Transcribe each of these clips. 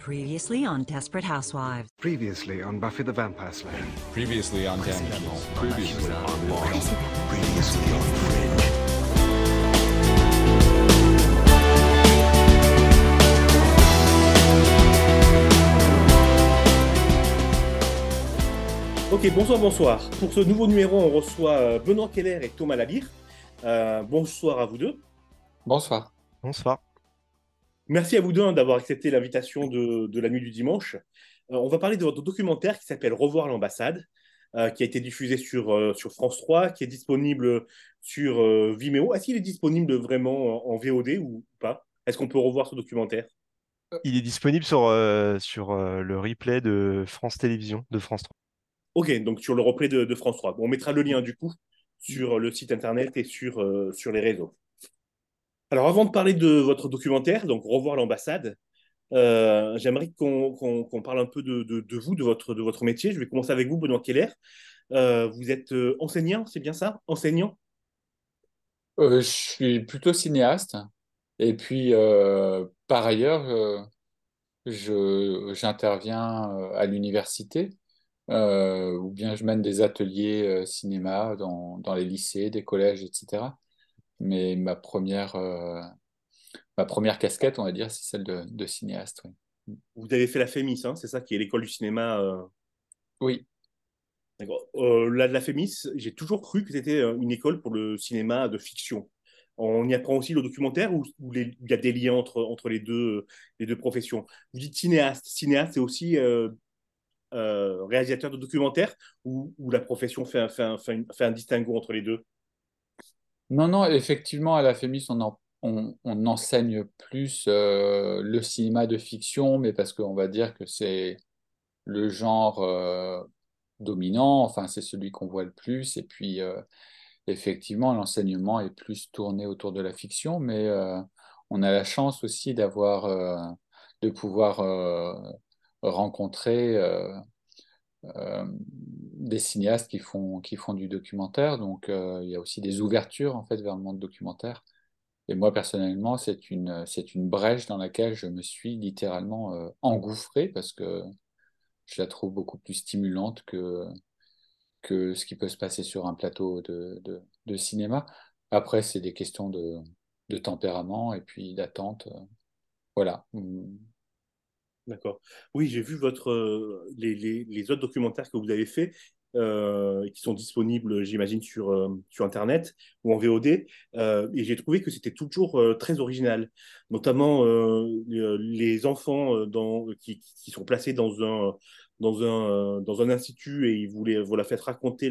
Previously on Desperate Housewives. Previously on Buffy the Vampire Slayer. Previously on Damages. Previously on Law. Previously on Fringe. Ok, bonsoir. Pour ce nouveau numéro, on reçoit Benoît Keller et Thomas Labire. Bonsoir à vous deux. Bonsoir. Bonsoir. Merci à vous deux d'avoir accepté l'invitation de la nuit du dimanche. On va parler de votre documentaire qui s'appelle Revoir l'ambassade, qui a été diffusé sur France 3, qui est disponible sur Vimeo. Est-ce qu'il est disponible vraiment en VOD ou pas? Est-ce qu'on peut revoir ce documentaire? Il est disponible sur le replay de France Télévisions, de France 3. Ok, donc sur le replay de France 3. Bon, on mettra le lien du coup sur le site internet et sur les réseaux. Alors avant de parler de votre documentaire, donc Revoir l'ambassade, j'aimerais qu'on parle un peu de vous, de votre métier. Je vais commencer avec vous, Benoît Keller. Vous êtes enseignant, c'est bien ça? Enseignant? Je suis plutôt cinéaste. Et puis, par ailleurs, j'interviens à l'université, ou bien je mène des ateliers cinéma dans les lycées, des collèges, etc. Mais ma première casquette, on va dire, c'est celle de cinéaste. Oui. Vous avez fait la FEMIS, hein, c'est ça qui est l'école du cinéma. Oui. D'accord. La FEMIS, j'ai toujours cru que c'était une école pour le cinéma de fiction. On y apprend aussi le documentaire ou il y a des liens entre les deux professions. Vous dites cinéaste. Cinéaste, c'est aussi réalisateur de documentaires ou la profession fait un distinguo entre les deux? Non, non, effectivement, à la FEMIS, on enseigne plus le cinéma de fiction, mais parce qu'on va dire que c'est le genre dominant, enfin, c'est celui qu'on voit le plus. Et puis, effectivement, l'enseignement est plus tourné autour de la fiction, mais on a la chance aussi de pouvoir rencontrer des cinéastes qui font du documentaire. Donc, il y a aussi des ouvertures en fait vers le monde documentaire. Et moi, personnellement, c'est une brèche dans laquelle je me suis littéralement engouffré parce que je la trouve beaucoup plus stimulante que ce qui peut se passer sur un plateau de cinéma. Après, c'est des questions de tempérament et puis d'attente. Voilà. D'accord. Oui, j'ai vu les autres documentaires que vous avez faits, qui sont disponibles, j'imagine, sur Internet ou en VOD, et j'ai trouvé que c'était toujours très original, notamment les enfants qui sont placés dans un institut et ils voulaient, voilà, faire raconter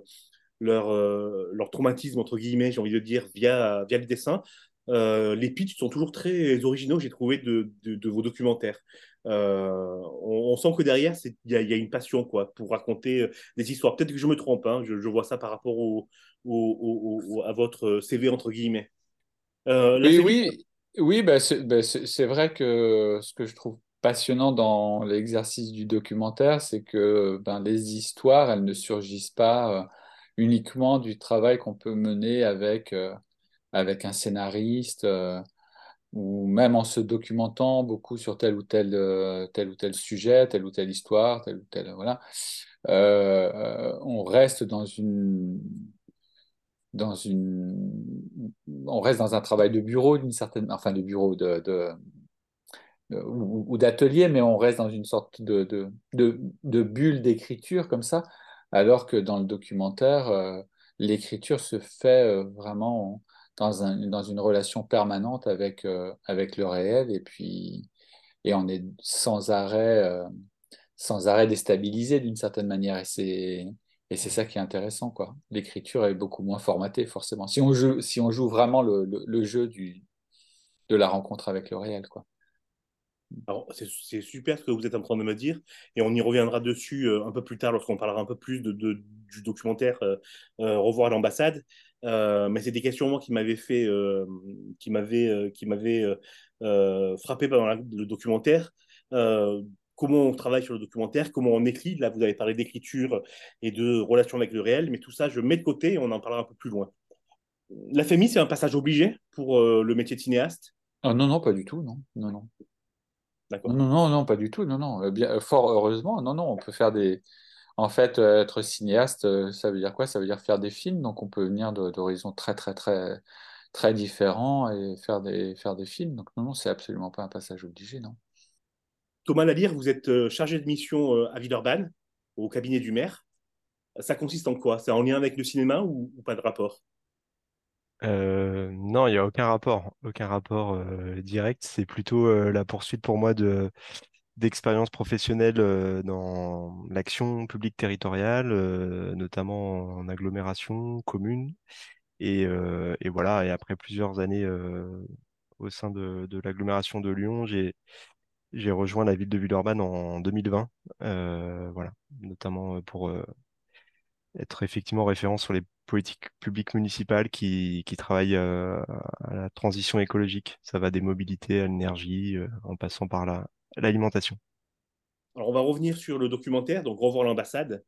leur traumatisme, entre guillemets, j'ai envie de dire, via le dessin. Les pitchs sont toujours très originaux, j'ai trouvé, de vos documentaires. On sent que derrière, il y a une passion quoi, pour raconter des histoires. Peut-être que je me trompe, hein, je vois ça par rapport à votre CV, entre guillemets. La Oui, FEMIS, oui, oui, c'est vrai que ce que je trouve passionnant dans l'exercice du documentaire, c'est que les histoires, elles ne surgissent pas uniquement du travail qu'on peut mener avec un scénariste ou même en se documentant beaucoup sur tel ou tel sujet, telle ou telle histoire, telle ou telle, voilà. On reste dans une, on reste dans un travail de bureau d'une certaine, enfin de bureau ou d'atelier, mais on reste dans une sorte de bulle d'écriture comme ça, alors que dans le documentaire, l'écriture se fait vraiment dans une relation permanente avec le réel, et on est sans arrêt déstabilisé d'une certaine manière, et c'est ça qui est intéressant, quoi. L'écriture est beaucoup moins formatée, forcément. Si on joue vraiment le jeu de la rencontre avec le réel, quoi. alors, c'est super ce que vous êtes en train de me dire, et on y reviendra dessus un peu plus tard lorsqu'on parlera un peu plus du documentaire Revoir l'ambassade. Mais c'est des questions moi qui m'avaient frappé pendant le documentaire. Comment on travaille sur le documentaire, comment on écrit. Là, vous avez parlé d'écriture et de relation avec le réel, mais tout ça, je mets de côté et on en parlera un peu plus loin. La famille, c'est un passage obligé pour le métier de cinéaste. Ah, non, non, pas du tout, non, non, non. D'accord. Non, non, non, pas du tout. Non, non. Bien, fort heureusement, non, non. On peut faire des. En fait, être cinéaste, ça veut dire quoi? Ça veut dire faire des films. Donc, on peut venir d'horizons très, très, très, très différents et faire des films. Donc, non, non, c'est absolument pas un passage obligé, non. Thomas Lalire, vous êtes chargé de mission à Villeurbanne, au cabinet du maire. Ça consiste en quoi? C'est en lien avec le cinéma ou pas de rapport? Non, il n'y a aucun rapport direct. C'est plutôt la poursuite pour moi d'expériences professionnelles dans l'action publique territoriale, notamment en agglomération, commune. Et voilà, et après plusieurs années au sein de l'agglomération de Lyon, j'ai rejoint la ville de Villeurbanne en 2020, voilà, notamment pour être effectivement référent sur les politiques publiques municipales qui travaillent à la transition écologique. Ça va des mobilités à l'énergie, en passant par l'alimentation. Alors, on va revenir sur le documentaire, donc Revoir l'ambassade,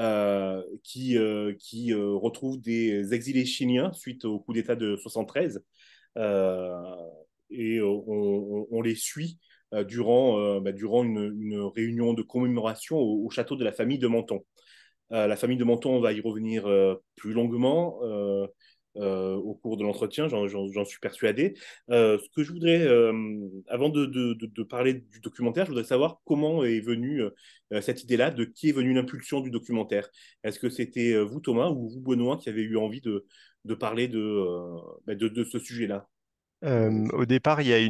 qui retrouve des exilés chiliens suite au coup d'État de 73. Euh, on les suit durant une réunion de commémoration au château de la famille de Menton. La famille de Menton, on va y revenir plus longuement au cours de l'entretien, j'en suis persuadé. Ce que je voudrais, avant de parler du documentaire, je voudrais savoir comment est venue cette idée-là, de qui est venue l'impulsion du documentaire. Est-ce que c'était vous, Thomas, ou vous, Benoît, qui avez eu envie de parler de ce sujet-là? Au départ, il y a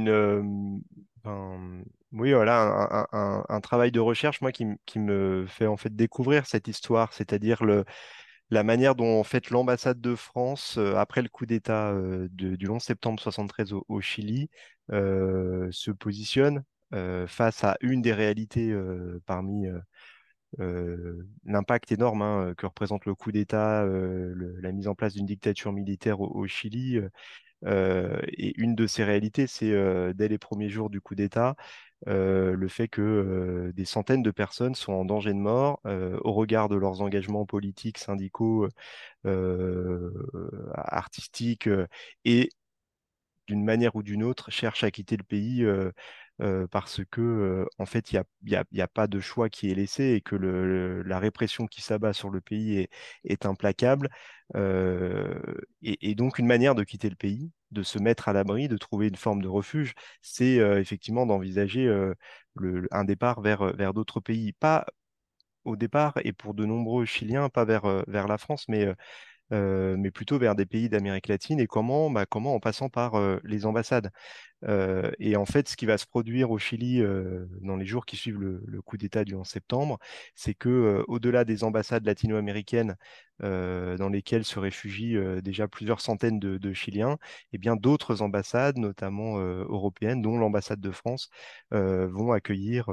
oui, voilà, un travail de recherche, moi, qui me fait en fait découvrir cette histoire, c'est-à-dire la manière dont en fait l'ambassade de France, après le coup d'État du 11 septembre 73 au Chili, se positionne face à une des réalités parmi l'impact énorme que représente le coup d'État, la mise en place d'une dictature militaire au Chili. Et une de ces réalités, c'est dès les premiers jours du coup d'État, le fait que des centaines de personnes sont en danger de mort au regard de leurs engagements politiques, syndicaux, euh, artistiques, et d'une manière ou d'une autre, cherchent à quitter le pays parce que, en fait, il y a pas de choix qui est laissé et que la répression qui s'abat sur le pays est implacable. Euh, et donc, une manière de quitter le pays, de se mettre à l'abri, de trouver une forme de refuge, c'est effectivement d'envisager un départ vers d'autres pays. Pas au départ, et pour de nombreux Chiliens, pas vers la France, mais plutôt vers des pays d'Amérique latine. Et comment? Bah, comment? En passant par les ambassades. Et en fait, ce qui va se produire au Chili dans les jours qui suivent le coup d'État du 11 septembre, c'est que au-delà des ambassades latino-américaines dans lesquelles se réfugient déjà plusieurs centaines de Chiliens, eh bien d'autres ambassades, notamment européennes, dont l'ambassade de France, vont accueillir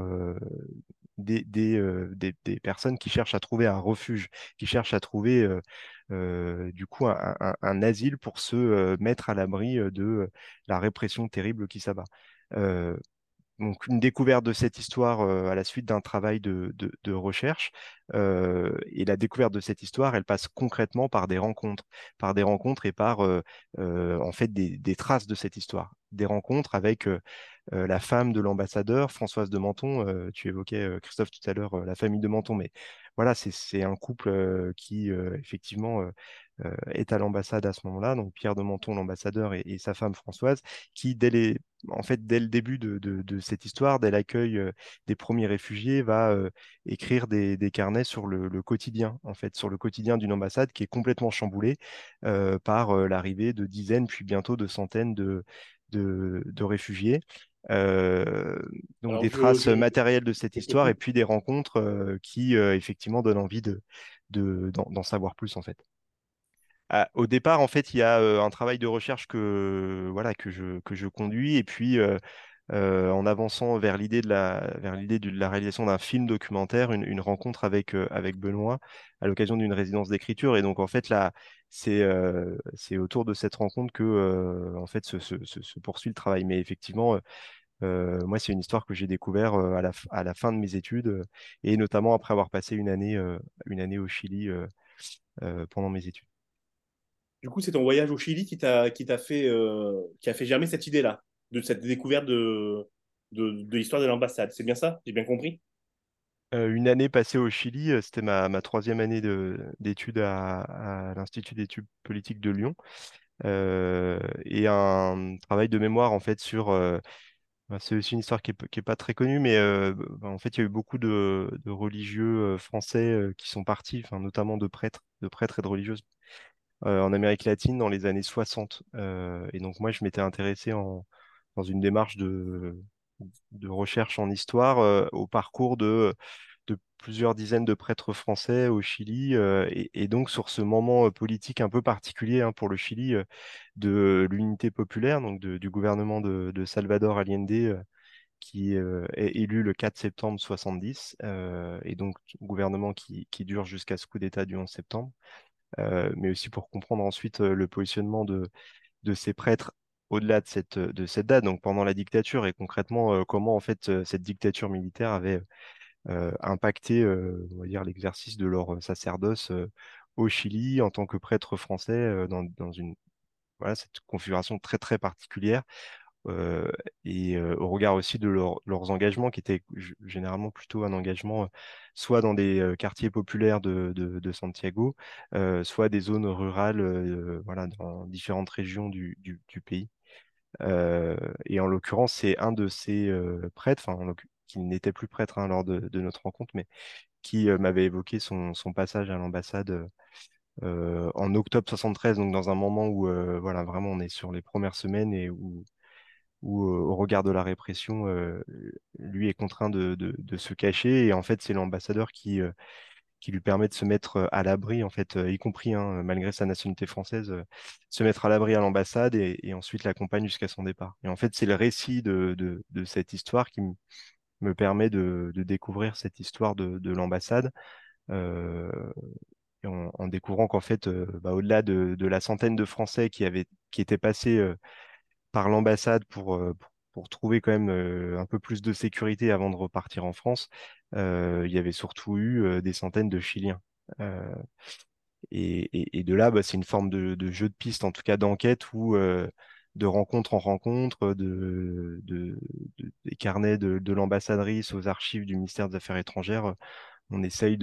des personnes qui cherchent à trouver un refuge, qui cherchent à trouver du coup un asile pour se mettre à l'abri de la répression terrible qui s'abat. Euh, donc une découverte de cette histoire à la suite d'un travail de recherche. Et la découverte de cette histoire, elle passe concrètement par des rencontres et par en fait des traces de cette histoire. Des rencontres avec la femme de l'ambassadeur, Françoise de Menton. Tu évoquais, Christophe, tout à l'heure, la famille de Menton, mais voilà, c'est un couple qui, effectivement, est à l'ambassade à ce moment-là, donc Pierre de Menton, l'ambassadeur, et sa femme Françoise, qui, en fait, dès le début de cette histoire, dès l'accueil des premiers réfugiés, va écrire des carnets sur le quotidien, en fait, sur le quotidien d'une ambassade qui est complètement chamboulé par l'arrivée de dizaines, puis bientôt de centaines de réfugiés. Euh, donc Alors, des traces matérielles de cette je te histoire et coupe. puis des rencontres qui effectivement donnent envie d'en savoir plus en fait. Au départ, en fait, il y a un travail de recherche voilà, que je conduis et puis en avançant vers l'idée de la réalisation d'un film documentaire, une rencontre avec Benoît à l'occasion d'une résidence d'écriture. Et donc, en fait, là, c'est autour de cette rencontre que en fait, se poursuit le travail. Mais effectivement, moi, c'est une histoire que j'ai découvert à la fin de mes études et notamment après avoir passé une année au Chili pendant mes études. Du coup, c'est ton voyage au Chili qui a fait germer cette idée-là, de cette découverte de. de l'histoire de l'ambassade. C'est bien ça? J'ai bien compris? Une année passée au Chili, c'était ma troisième année d'études à l'Institut d'études politiques de Lyon, et un travail de mémoire en fait sur. C'est aussi une histoire qui est pas très connue, mais en fait, il y a eu beaucoup de religieux français qui sont partis, enfin, notamment de prêtres et de religieuses en Amérique latine dans les années 60. Et donc, moi, je m'étais intéressé dans une démarche de recherche en histoire au parcours de plusieurs dizaines de prêtres français au Chili, et donc sur ce moment politique un peu particulier hein, pour le Chili de l'unité populaire, donc du gouvernement de Salvador Allende, qui est élu le 4 septembre 70, et donc gouvernement qui dure jusqu'à ce coup d'État du 11 septembre, mais aussi pour comprendre ensuite le positionnement de ces prêtres au-delà de cette date, donc pendant la dictature, et concrètement comment en fait cette dictature militaire avait impacté, on va dire, l'exercice de leur sacerdoce au Chili en tant que prêtre français dans une voilà, cette configuration très très particulière, euh, et au regard aussi de leurs engagements qui étaient généralement plutôt un engagement soit dans des quartiers populaires de Santiago, soit des zones rurales voilà, dans différentes régions du pays. Et en l'occurrence, c'est un de ces prêtres, qui n'était plus prêtre hein, lors de notre rencontre, mais qui m'avait évoqué son passage à l'ambassade en octobre 73, donc dans un moment où voilà, vraiment on est sur les premières semaines et où au regard de la répression, lui est contraint de se cacher. Et en fait, c'est l'ambassadeur qui lui permet de se mettre à l'abri, en fait, y compris, hein, malgré sa nationalité française, se mettre à l'abri à l'ambassade et ensuite l'accompagne jusqu'à son départ. Et en fait, c'est le récit de cette histoire qui me permet de découvrir cette histoire de l'ambassade. euh, et en découvrant qu'en fait, au-delà de la centaine de Français qui étaient passés par l'ambassade pour trouver quand même un peu plus de sécurité avant de repartir en France, il y avait surtout eu des centaines de Chiliens. Euh, et de là, c'est une forme de jeu de piste, en tout cas d'enquête, où de rencontre en rencontre, des carnets de l'ambassadrice aux archives du ministère des Affaires étrangères, on essaye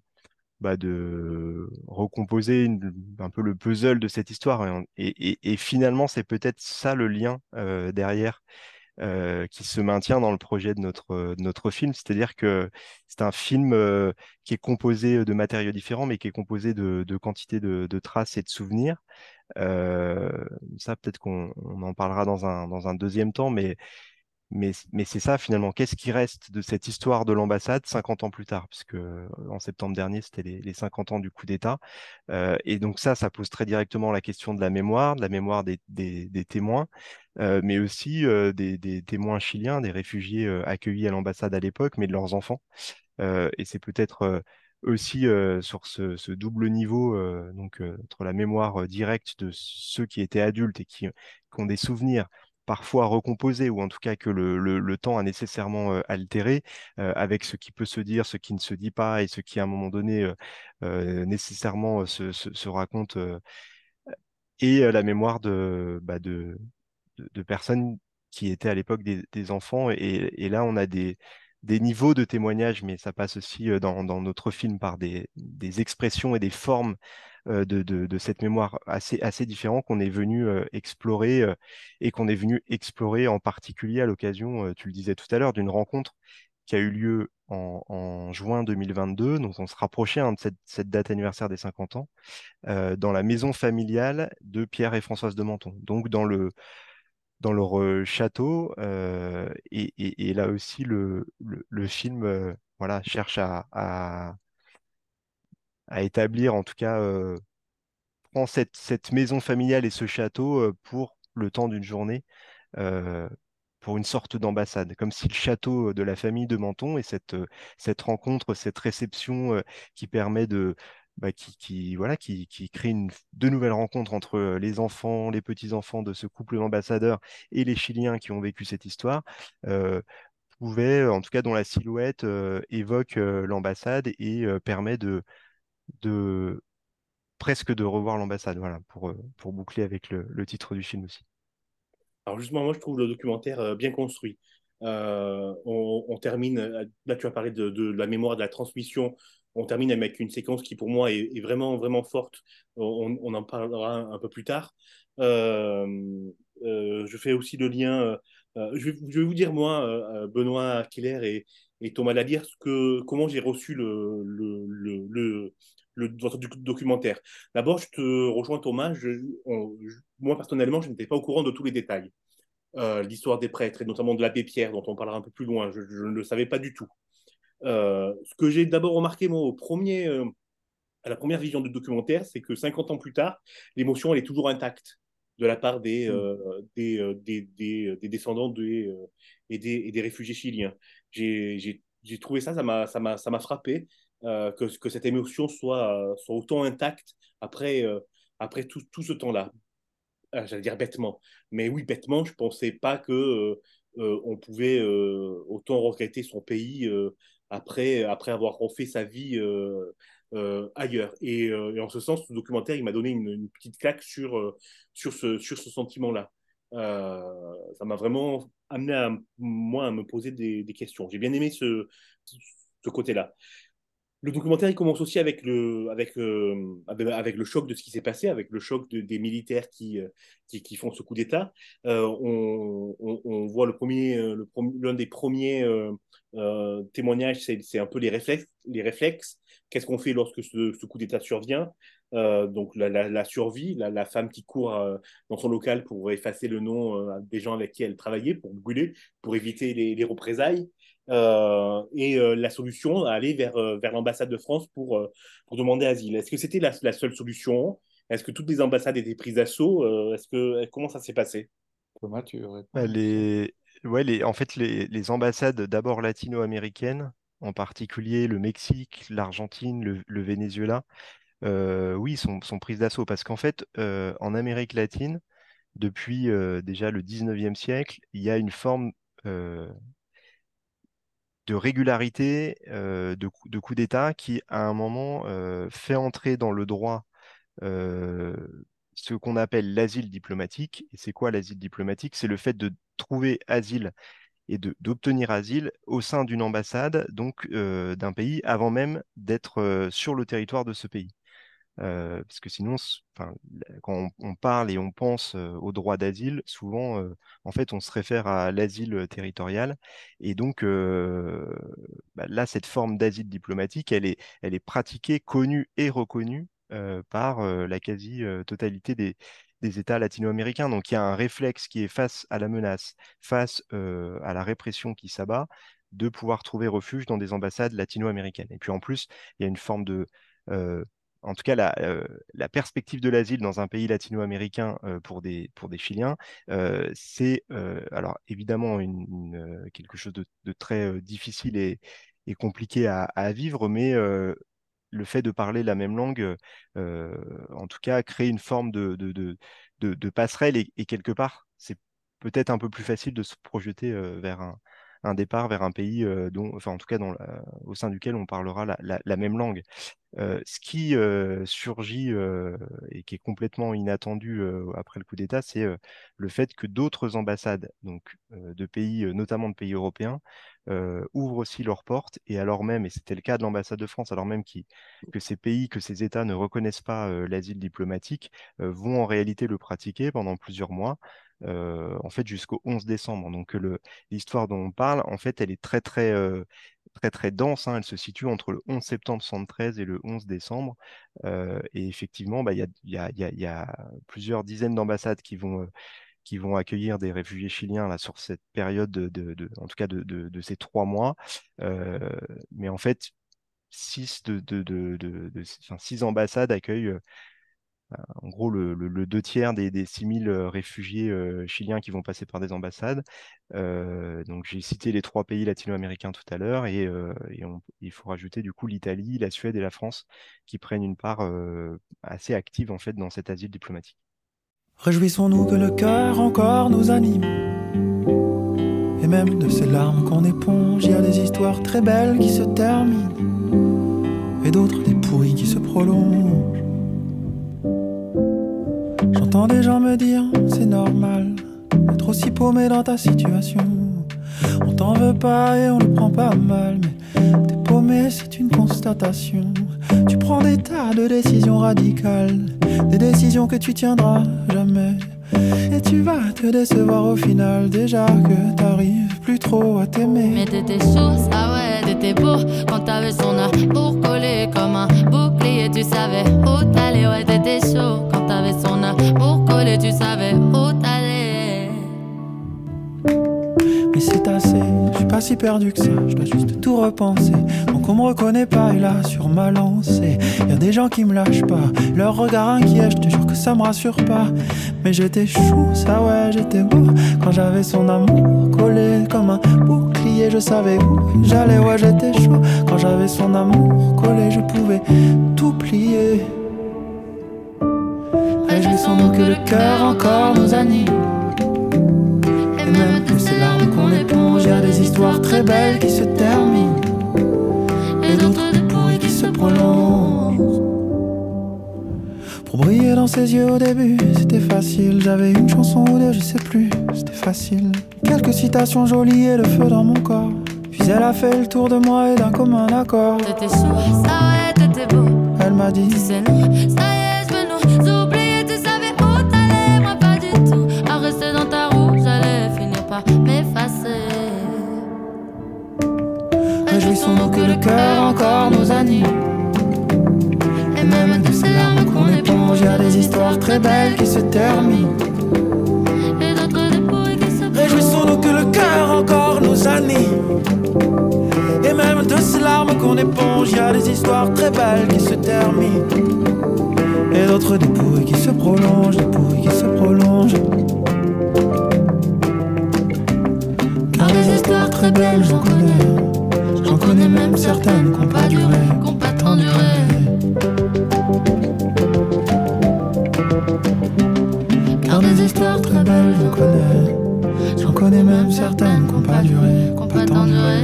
de recomposer un peu le puzzle de cette histoire. Et finalement, c'est peut-être ça le lien derrière qui se maintient dans le projet de notre film. C'est-à-dire que c'est un film qui est composé de matériaux différents, mais qui est composé de quantités de traces et de souvenirs. Euh, Ça, peut-être qu'on en parlera dans un deuxième temps, mais c'est ça finalement. Qu'est-ce qui reste de cette histoire de l'ambassade 50 ans plus tard? Puisque en septembre dernier, c'était les 50 ans du coup d'État. Et donc ça pose très directement la question de la mémoire des témoins, mais aussi des témoins chiliens, des réfugiés accueillis à l'ambassade à l'époque, mais de leurs enfants. Et c'est peut-être aussi sur ce double niveau, entre la mémoire directe de ceux qui étaient adultes et qui ont des souvenirs parfois recomposés, ou en tout cas que le temps a nécessairement altéré, avec ce qui peut se dire, ce qui ne se dit pas, et ce qui à un moment donné nécessairement se raconte, et la mémoire de personnes qui étaient à l'époque des enfants. Et là, on a des niveaux de témoignage, mais ça passe aussi dans notre film par des expressions et des formes de cette mémoire assez différents qu'on est venu explorer, et qu'on est venu explorer en particulier à l'occasion, tu le disais tout à l'heure, d'une rencontre qui a eu lieu en juin 2022. Donc on se rapprochait hein, de cette date anniversaire des 50 ans, dans la maison familiale de Pierre et Françoise de Menton, donc dans leur château. Et là aussi, le film voilà, cherche à établir, en tout cas, prend cette maison familiale et ce château pour le temps d'une journée, euh, pour une sorte d'ambassade, comme si le château de la famille de Menton et cette rencontre, cette réception qui permet voilà, qui crée de nouvelles rencontres entre les enfants, les petits-enfants de ce couple d'ambassadeurs et les Chiliens qui ont vécu cette histoire, euh, pouvait, en tout cas dont la silhouette évoque l'ambassade et permet de presque de revoir l'ambassade, voilà, pour boucler avec le titre du film aussi. Alors justement, moi, je trouve le documentaire bien construit. On termine, là tu as parlé de la mémoire, de la transmission, on termine avec une séquence qui pour moi est vraiment, vraiment forte. On en parlera un peu plus tard. Je fais aussi le lien, je vais vous dire moi, Benoît Keller et Thomas Lalire, comment j'ai reçu votre documentaire. D'abord, je te rejoins Thomas, moi personnellement, je n'étais pas au courant de tous les détails. L'histoire des prêtres et notamment de l'abbé Pierre, dont on parlera un peu plus loin. Je ne le savais pas du tout. Ce que j'ai d'abord remarqué, moi, à la première vision du documentaire, c'est que 50 ans plus tard, l'émotion, elle est toujours intacte de la part des descendants et des réfugiés chiliens. J'ai trouvé ça m'a frappé, que cette émotion soit autant intacte après tout ce temps-là. J'allais dire bêtement. Mais oui, bêtement, je ne pensais pas on pouvait autant regretter son pays après avoir refait sa vie ailleurs. Et en ce sens, ce documentaire, il m'a donné une petite claque sur ce sentiment-là. Ça m'a vraiment amené moi à me poser des questions. J'ai bien aimé ce côté-là. Le documentaire, il commence aussi avec le choc de ce qui s'est passé, avec le choc des militaires qui font ce coup d'État. On voit l'un des premiers témoignages, c'est un peu les réflexes. Qu'est-ce qu'on fait lorsque ce coup d'État survient? Donc la survie, la femme qui court dans son local pour effacer le nom des gens avec qui elle travaillait, pour brûler, pour éviter les représailles. La solution à aller vers l'ambassade de France pour demander asile. Est-ce que c'était la seule solution? Est-ce que toutes les ambassades étaient prises d'assaut? Comment ça s'est passé? Thomas, tu réponds Bah, à la question? en fait, les ambassades d'abord latino-américaines, en particulier le Mexique, l'Argentine, le Venezuela, oui, sont prises d'assaut parce qu'en fait, en Amérique latine, depuis déjà le 19e siècle, il y a une forme de régularité de coup d'État qui, à un moment, fait entrer dans le droit euh, ce qu'on appelle l'asile diplomatique. Et c'est quoi l'asile diplomatique? C'est le fait de trouver asile et d'obtenir asile au sein d'une ambassade, donc d'un pays, avant même d'être sur le territoire de ce pays. Parce que sinon, enfin, quand on parle et on pense au droit d'asile, souvent, en fait, on se réfère à l'asile territorial. Et donc, là, cette forme d'asile diplomatique, elle est pratiquée, connue et reconnue par la quasi-totalité des États latino-américains. Donc, il y a un réflexe qui est face à la menace, face à la répression qui s'abat, de pouvoir trouver refuge dans des ambassades latino-américaines. Et puis, en plus, il y a une forme de euh, en tout cas la perspective de l'asile dans un pays latino-américain pour des Chiliens, c'est alors évidemment quelque chose de très difficile et compliqué à vivre, mais le fait de parler la même langue, en tout cas, crée une forme de passerelle et quelque part, c'est peut-être un peu plus facile de se projeter vers un départ, vers un pays enfin en tout cas au sein duquel on parlera la même langue. Ce qui surgit et qui est complètement inattendu après le coup d'État, c'est le fait que d'autres ambassades, donc de pays, notamment de pays européens, ouvrent aussi leurs portes. Et alors même, et c'était le cas de l'ambassade de France, alors même que ces pays, que ces États ne reconnaissent pas l'asile diplomatique, vont en réalité le pratiquer pendant plusieurs mois. En fait, jusqu'au 11 décembre. Donc, l'histoire dont on parle, en fait, elle est très dense, hein. Elle se situe entre le 11 septembre 73 et le 11 décembre. Et effectivement, bah, il y a plusieurs dizaines d'ambassades qui vont accueillir des réfugiés chiliens là, sur cette période en tout cas de ces 3 mois. Mais en fait, six ambassades accueillent en gros le 2 tiers des 6000 réfugiés chiliens qui vont passer par des ambassades. Donc j'ai cité les 3 pays latino-américains tout à l'heure il faut rajouter du coup l'Italie, la Suède et la France qui prennent une part assez active en fait dans cet asile diplomatique. Réjouissons-nous que le cœur encore nous anime. Et même de ces larmes qu'on éponge, il y a des histoires très belles qui se terminent et d'autres des pourries qui se prolongent. J'entends des gens me dire, c'est normal d'être aussi paumé dans ta situation. On t'en veux pas et on le prend pas mal, mais t'es paumé, c'est une constatation. Tu prends des tas de décisions radicales, des décisions que tu tiendras jamais. Et tu vas te décevoir au final, déjà que t'arrives plus trop à t'aimer. Mais t'étais chou, ah ouais, t'étais beau quand t'avais son amour collé comme un bouclier. Tu savais où t'allais, ouais, t'étais chaud quand t'avais son amour collé. Tu savais où t'allais. Mais c'est assez, je suis pas si perdu que ça, je dois juste tout repenser. Donc on me reconnaît pas et là sur ma lancée, y a des gens qui me lâchent pas, leur regard inquiet, je te jure que ça me rassure pas. Mais j'étais chou, ça ouais, j'étais beau quand j'avais son amour collé comme un bouclier. Je savais où j'allais, ouais, j'étais chaud quand j'avais son amour collé. Je pouvais tout plier. Réjouissons-nous que le cœur encore nous anime. Et même tous ces larmes qu'on éponge, y a des histoires très belles qui se terminent et d'autres de pourries qui se prolongent. Pour briller dans ses yeux au début, c'était facile. J'avais une chanson ou deux, je sais plus, c'était facile. Quelques citations jolies et le feu dans mon corps. Puis elle a fait le tour de moi et d'un commun accord. T'étais chou, ça ouais, t'étais beau. Elle m'a dit, Tu sais nous, ça y est, je veux nous oublier. Tu savais où t'allais, moi pas du tout. À rester dans ta roue, j'allais finir par m'effacer. réjouissons-nous que le cœur encore nous anime. Et même de ces larmes qu'on éponge, y a des histoires très belles qui se terminent. Et d'autres de pourries qui se Réjouissons-nous que le cœur encore nous anime. Et même de ces larmes qu'on éponge, y a des histoires très belles qui se terminent. Et d'autres des pourries qui se prolongent, des pourries qui se prolongent. Car des histoires très belles j'en connais même certaines qui n'ont pas duré, qui n'ont pas tant duré. Car des histoires très belles j'en connais même certaines qui n'ont pas duré, qui n'ont pas tant duré.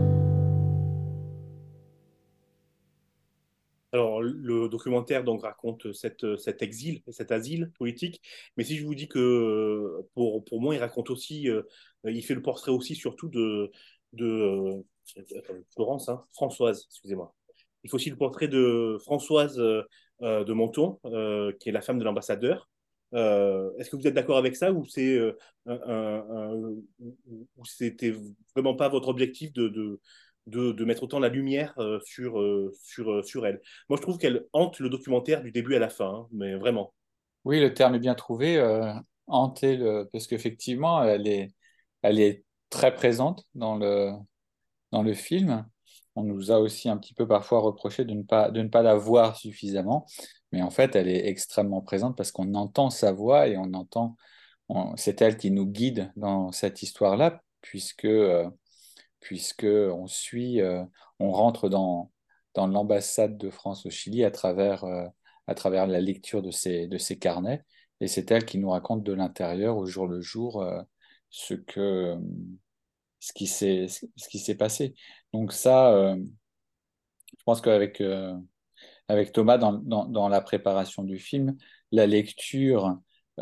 Alors, le documentaire donc raconte cet exil, cet asile politique, mais si je vous dis que pour moi, il raconte aussi, il fait le portrait aussi surtout Florence, hein, Françoise, excusez-moi. Il faut aussi le portrait de Françoise de Menton, qui est la femme de l'ambassadeur. Est-ce que vous êtes d'accord avec ça ou ou c'était vraiment pas votre objectif de mettre autant la lumière sur elle. Moi, je trouve qu'elle hante le documentaire du début à la fin, hein, mais vraiment. Oui, le terme est bien trouvé, hanter, parce qu'effectivement, elle est très présente dans le film. On nous a aussi un petit peu parfois reproché de ne pas la voir suffisamment, mais en fait, elle est extrêmement présente parce qu'on entend sa voix et c'est elle qui nous guide dans cette histoire-là, puisque on rentre dans l'ambassade de France au Chili à travers la lecture de ses carnets, et c'est elle qui nous raconte de l'intérieur, au jour le jour, ce que, ce qui s'est passé. Donc ça, je pense avec Thomas, dans la préparation du film, la lecture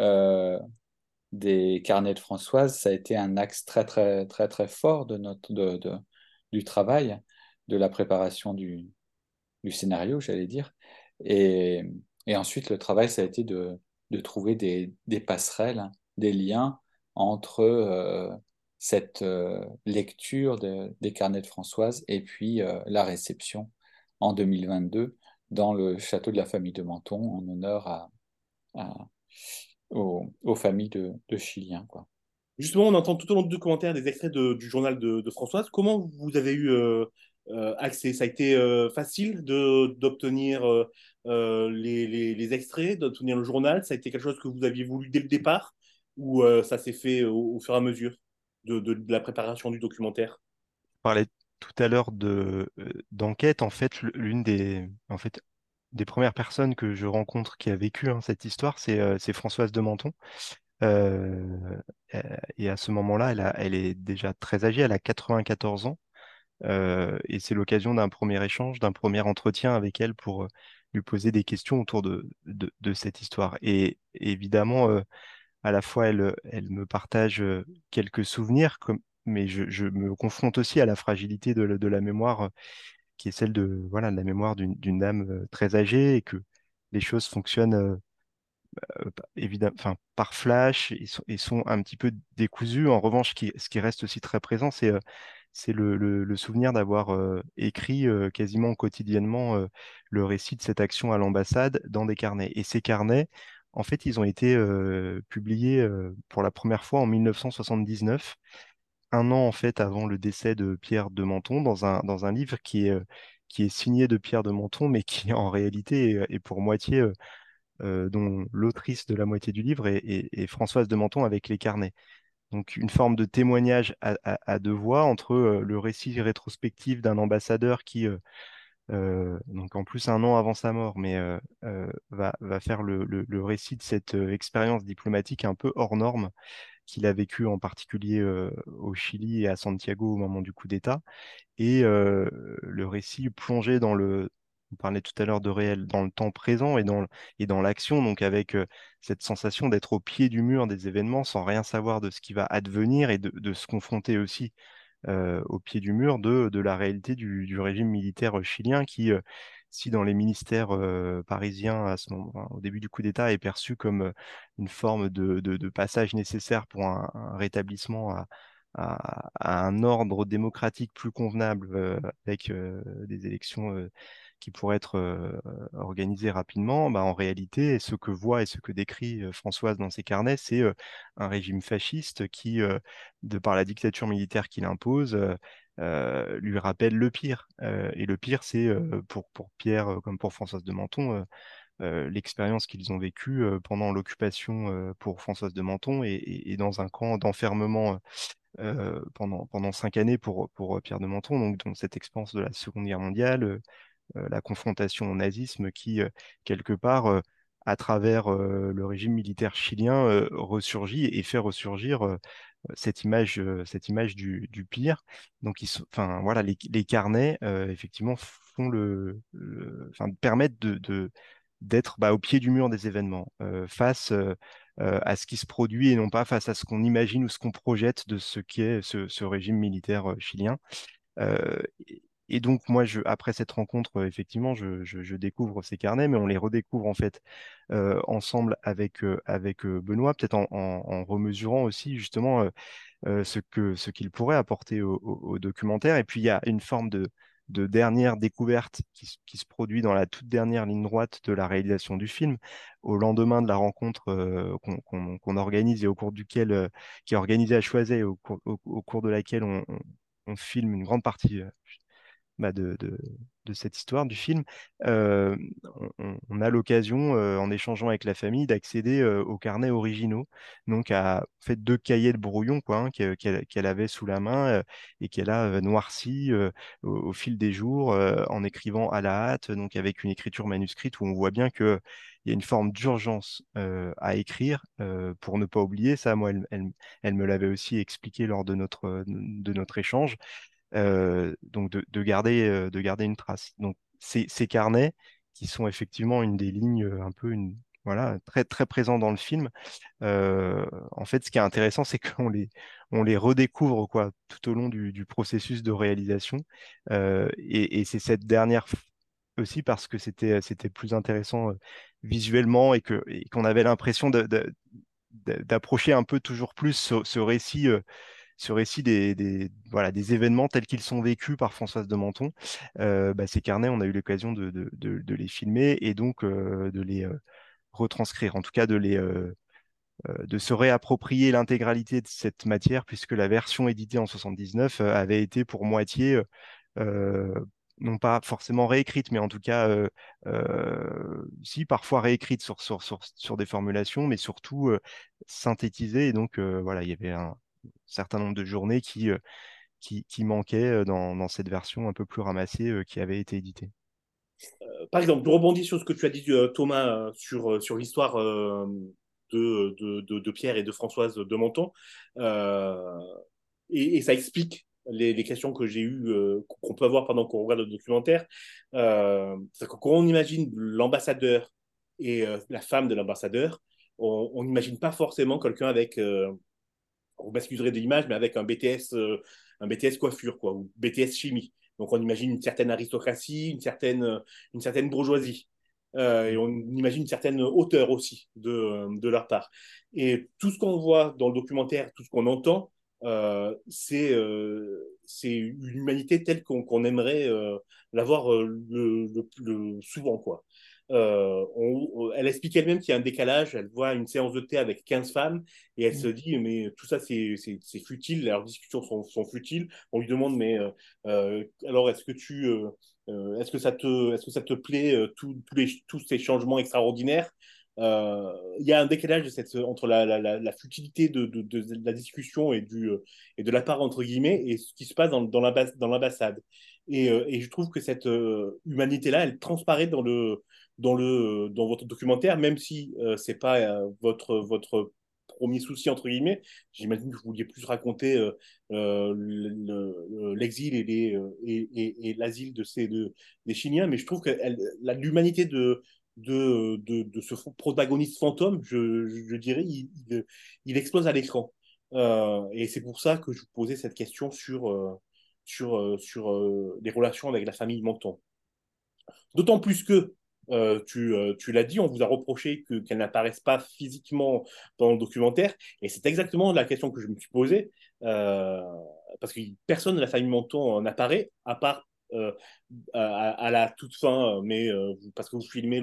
des carnets de Françoise, ça a été un axe très, très, très, très fort du travail, de la préparation du scénario, j'allais dire. Et, et ensuite, le travail, ça a été de trouver des passerelles, des liens entre cette lecture des carnets de Françoise et puis la réception en 2022 dans le château de la famille de Menton en honneur à- aux familles de Chiliens, quoi. Justement, on entend tout au long du documentaire des extraits du journal de Françoise. Comment vous avez eu accès? Ça a été facile d'obtenir les extraits, d'obtenir le journal? Ça a été quelque chose que vous aviez voulu dès le départ ou ça s'est fait au fur et à mesure de la préparation du documentaire? On parlait tout à l'heure d'enquête. En fait, des premières personnes que je rencontre qui a vécu hein, cette histoire, c'est Françoise de Menton. Euh, et à ce moment-là, elle est déjà très âgée, elle a 94 ans. Et c'est l'occasion d'un premier échange, d'un premier entretien avec elle pour lui poser des questions autour de cette histoire. Et évidemment, à la fois, elle me partage quelques souvenirs, mais je me confronte aussi à la fragilité de la mémoire, qui est celle de, voilà, de la mémoire d'une dame très âgée, et que les choses fonctionnent évidemment, enfin, par flash, ils sont un petit peu décousus. En revanche, ce qui reste aussi très présent, c'est le souvenir d'avoir écrit quasiment quotidiennement le récit de cette action à l'ambassade dans des carnets. Et ces carnets, en fait, ils ont été publiés pour la première fois en 1979, un an en fait avant le décès de Pierre de Menton, dans un livre qui est signé de Pierre de Menton, mais qui en réalité est pour moitié, dont l'autrice de la moitié du livre est Françoise de Menton avec les carnets. Donc une forme de témoignage à deux voix entre le récit rétrospectif d'un ambassadeur qui, donc en plus un an avant sa mort, mais va faire le récit de cette expérience diplomatique un peu hors norme qu'il a vécue en particulier au Chili et à Santiago au moment du coup d'État, et le récit plongé dans le, on parlait tout à l'heure de réel, dans le temps présent et dans l'action, donc avec cette sensation d'être au pied du mur des événements sans rien savoir de ce qui va advenir, et de se confronter aussi au pied du mur de la réalité du régime militaire chilien qui, si dans les ministères parisiens à ce moment, enfin, au début du coup d'État, est perçu comme une forme de passage nécessaire pour un rétablissement à un ordre démocratique plus convenable, avec des élections qui pourraient être organisées rapidement, bah, en réalité, ce que voit et ce que décrit Françoise dans ses carnets, c'est un régime fasciste qui, de par la dictature militaire qu'il impose, lui rappelle le pire. Et le pire, c'est pour Pierre, comme pour Françoise de Menton, l'expérience qu'ils ont vécue pendant l'occupation pour Françoise de Menton, et dans un camp d'enfermement pendant 5 années pour Pierre de Menton, donc cette expérience de la Seconde Guerre mondiale, la confrontation au nazisme qui, quelque part, à travers le régime militaire chilien, ressurgit et fait ressurgir cette image du pire. Donc, enfin, voilà, les carnets, effectivement, font enfin, permettent d'être bah, au pied du mur des événements, face à ce qui se produit, et non pas face à ce qu'on imagine ou ce qu'on projette de ce qu'est ce régime militaire chilien. Euh, et donc, moi, après cette rencontre, effectivement, je découvre ces carnets, mais on les redécouvre en fait ensemble avec Benoît, peut-être en remesurant aussi justement ce qu'il pourrait apporter au documentaire. Et puis, il y a une forme de dernière découverte qui se produit dans la toute dernière ligne droite de la réalisation du film, au lendemain de la rencontre qu'on organise, et au cours duquel, qui est organisée à Choiset, au cours de laquelle on filme une grande partie bah, de cette histoire du film. euh, on a l'occasion, en échangeant avec la famille, d'accéder aux carnets originaux, donc à en fait, deux cahiers de brouillon quoi, hein, qu'elle avait sous la main, et qu'elle a noirci au fil des jours, en écrivant à la hâte, donc avec une écriture manuscrite où on voit bien que il y a une forme d'urgence à écrire pour ne pas oublier. Ça, moi, elle me l'avait aussi expliqué lors de notre échange, donc de garder une trace. Donc ces carnets, qui sont effectivement une des lignes un peu voilà, très, très présent dans le film. En fait, ce qui est intéressant, c'est on les redécouvre quoi, tout au long du processus de réalisation. Et c'est cette dernière aussi parce que c'était plus intéressant visuellement, et qu'on avait l'impression d'approcher un peu toujours plus ce récit voilà, des événements tels qu'ils sont vécus par Françoise de Menton. Bah, ces carnets, on a eu l'occasion de les filmer, et donc de les retranscrire, en tout cas de se réapproprier l'intégralité de cette matière, puisque la version éditée en 79 avait été pour moitié, euh, non pas forcément réécrite, mais en tout cas, si, parfois réécrite sur des formulations, mais surtout synthétisée. Et donc, voilà, il y avait un certain nombre de journées qui manquaient dans cette version un peu plus ramassée qui avait été éditée. Par exemple, je rebondis sur ce que tu as dit, Thomas, sur l'histoire de Pierre et de Françoise de Menton. Euh, et ça explique les questions que j'ai eues, qu'on peut avoir pendant qu'on regarde le documentaire. C'est que quand on imagine l'ambassadeur et la femme de l'ambassadeur, on n'imagine pas forcément quelqu'un avec on m'excuserait de l'image, mais avec un BTS coiffure, quoi, ou BTS chimie. Donc on imagine une certaine aristocratie, une certaine bourgeoisie. Et on imagine une certaine hauteur aussi de leur part. Et tout ce qu'on voit dans le documentaire, tout ce qu'on entend, c'est une humanité telle qu'on aimerait l'avoir souvent, quoi. Elle explique elle-même qu'il y a un décalage. Elle voit une séance de thé avec 15 femmes et elle se dit, mais tout ça, c'est futile. Leurs discussions sont futiles. On lui demande, mais alors, est-ce que ça te plaît, tous ces changements extraordinaires? Il y a un décalage entre la futilité de la discussion et de la part, entre guillemets, et ce qui se passe dans l'ambassade. Et je trouve que cette humanité-là, elle transparaît dans votre documentaire, même si c'est pas votre premier souci, entre guillemets. J'imagine que vous vouliez plus raconter l'exil et l'asile des Chiliens, mais je trouve que l'humanité de ce protagoniste fantôme, je dirais, il explose à l'écran. Et c'est pour ça que je vous posais cette question sur les relations avec la famille Menton. D'autant plus que, tu l'as dit, on vous a reproché qu'elle n'apparaisse pas physiquement dans le documentaire, et c'est exactement la question que je me suis posée, parce que personne de la famille Menton n'apparaît, à part à la toute fin, mais parce que vous filmez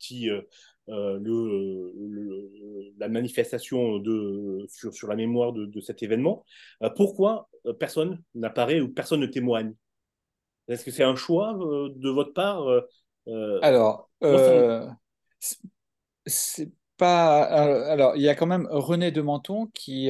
la manifestation sur la mémoire de cet événement. Pourquoi personne n'apparaît ou personne ne témoigne? Est-ce que c'est un choix de votre part? Alors, Moi, ça me- c'est c'est pas. Alors, il y a quand même René de Menton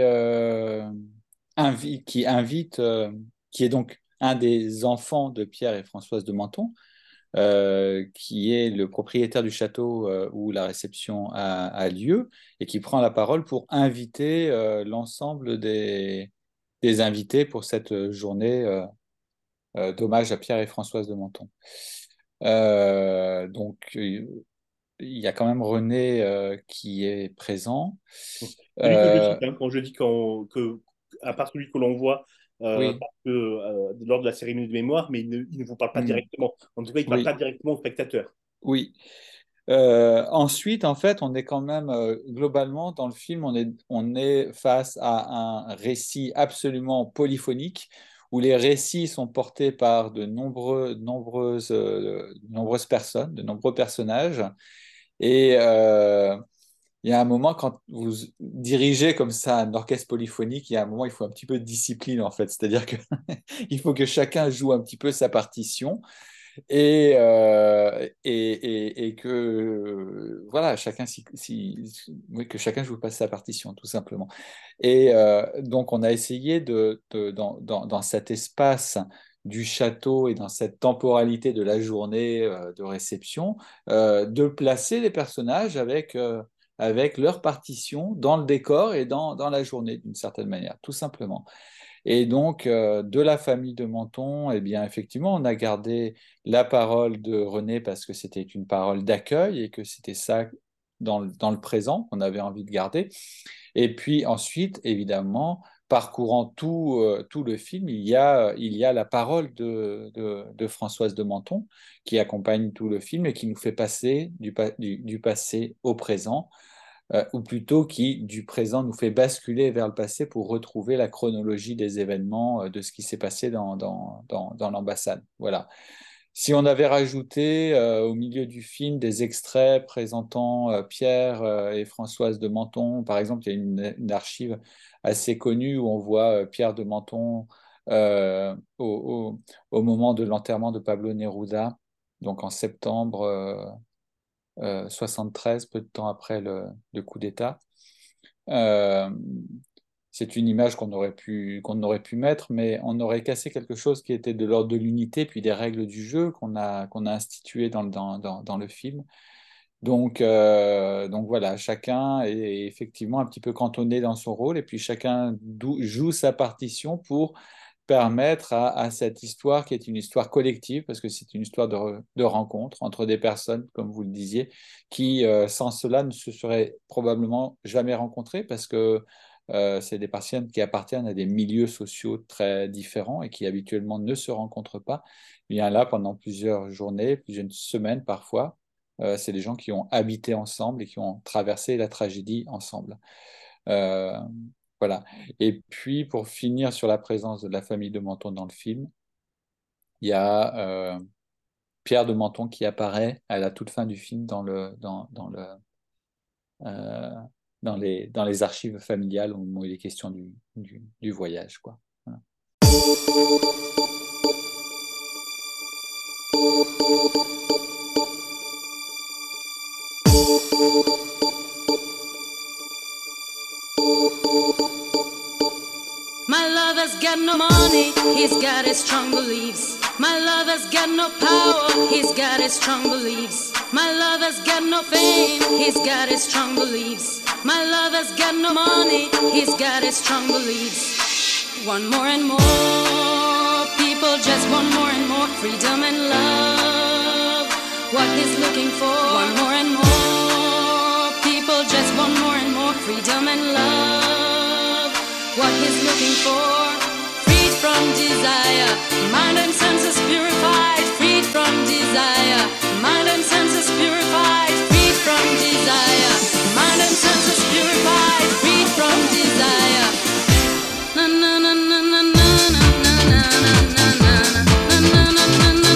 qui invite, qui est donc un des enfants de Pierre et Françoise de Menton, qui est le propriétaire du château où la réception a lieu, et qui prend la parole pour inviter l'ensemble des invités pour cette journée d'hommage à Pierre et Françoise de Menton. Donc, il y a quand même René qui est présent. Celui que je Euh, cite, hein, quand je dis à part celui que l'on voit oui, lors de la cérémonie de mémoire, mais il ne vous parle pas hmm, directement. En tout cas, il ne parle pas oui, directement au spectateur. oui. Ensuite, en fait, on est quand même globalement dans le film, on est face à un récit absolument polyphonique où les récits sont portés par nombreuses personnes, de nombreux personnages. Et il y a un moment, quand vous dirigez comme ça un orchestre polyphonique, il y a un moment, il faut un petit peu de discipline en fait. C'est-à-dire que il faut que chacun joue un petit peu sa partition et que voilà, oui, que chacun joue pas sa partition, tout simplement. Et donc, on a essayé dans cet espace du château et dans cette temporalité de la journée de réception, de placer les personnages avec leur partition dans le décor et dans la journée, d'une certaine manière, tout simplement. Et donc, de la famille de Menton, eh bien, effectivement, on a gardé la parole de René parce que c'était une parole d'accueil et que c'était ça dans le présent qu'on avait envie de garder. Et puis ensuite, évidemment, parcourant tout le film, il y a la parole de Françoise de Menton qui accompagne tout le film et qui nous fait passer du passé au présent, ou plutôt qui, du présent, nous fait basculer vers le passé pour retrouver la chronologie des événements, de ce qui s'est passé dans l'ambassade. Voilà. Si on avait rajouté au milieu du film des extraits présentant Pierre et Françoise de Menton, par exemple, il y a une archive assez connue où on voit Pierre de Menton euh, au, au moment de l'enterrement de Pablo Neruda, donc en septembre 73, peu de temps après le coup d'État. Euh, c'est une image qu'on aurait pu mettre, mais on aurait cassé quelque chose qui était de l'ordre de l'unité, puis des règles du jeu qu'on a instituées dans le film. Donc voilà, chacun est effectivement un petit peu cantonné dans son rôle, et puis chacun joue sa partition pour permettre à cette histoire, qui est une histoire collective, parce que c'est une histoire de rencontre entre des personnes, comme vous le disiez, qui, sans cela, ne se seraient probablement jamais rencontrées, parce que c'est des personnes qui appartiennent à des milieux sociaux très différents et qui habituellement ne se rencontrent pas. Bien là, pendant plusieurs journées, plusieurs semaines parfois, c'est des gens qui ont habité ensemble et qui ont traversé la tragédie ensemble. Euh, voilà. Et puis, pour finir sur la présence de la famille de Menton dans le film, il y a Pierre de Menton qui apparaît à la toute fin du film euh, dans les archives familiales au moment où il est question du voyage, quoi. Voilà. My lover's got no money, he's got his strong beliefs. My lover's got no power, he's got his strong beliefs. My lover's got no fame, he's got his strong beliefs. My lover's got no money, he's got his strong beliefs. Want more and more, people just want more and more freedom and love. What he's looking for, want more and more, people just want more and more freedom and love. What he's looking for, freed from desire, mind and senses purified, freed from desire, mind and senses purified, freed from desire, mind and senses purified, freed from desire. Na na na na na na na na na na na na.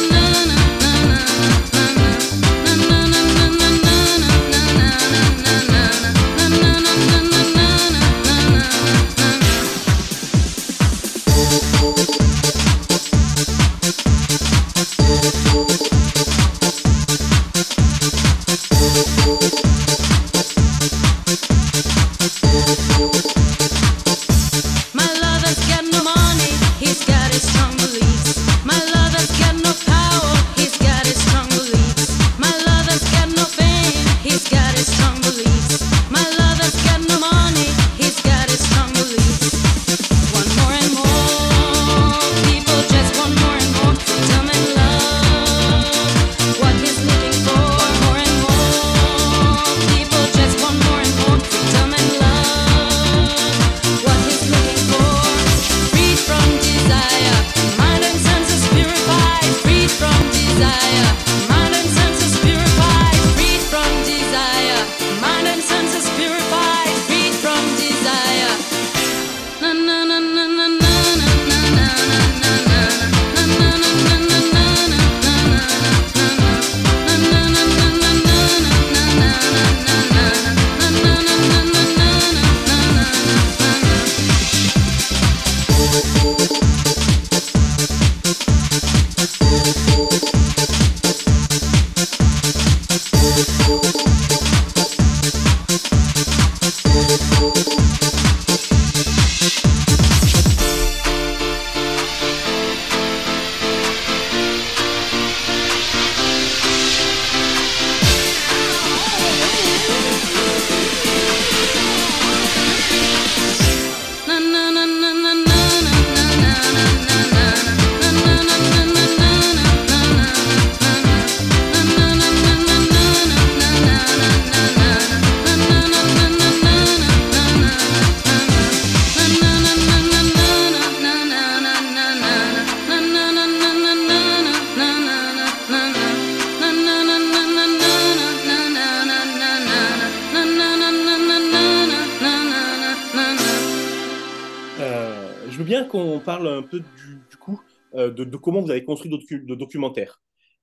Je veux bien qu'on parle un peu du coup de comment vous avez construit le documentaire.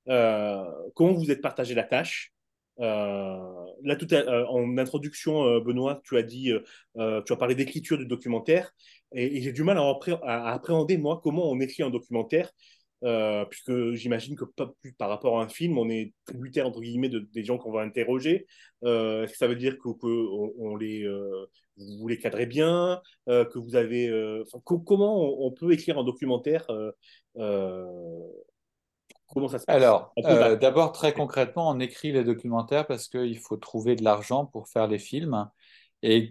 Comment vous êtes partagé la tâche. Là, en introduction, Benoît, tu as dit, tu as parlé d'écriture du documentaire, et j'ai du mal à appréhender, moi, comment on écrit un documentaire, puisque j'imagine que par rapport à un film, on est tributaire, entre guillemets, des gens qu'on va interroger. Est-ce que ça veut dire vous les cadrez bien, que vous avez... comment on peut écrire un documentaire comment ça se passe? Alors, d'abord, très concrètement, on écrit les documentaires parce qu'il faut trouver de l'argent pour faire les films et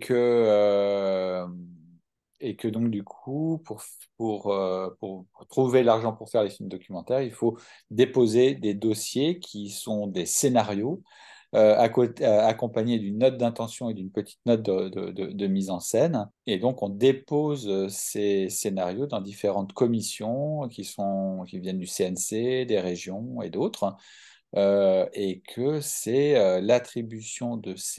que donc, du coup, pour trouver l'argent pour faire les films documentaires, il faut déposer des dossiers qui sont des scénarios accompagné d'une note d'intention et d'une petite note de mise en scène. Et donc, on dépose ces scénarios dans différentes commissions qui viennent du CNC, des régions et d'autres. Et que c'est l'attribution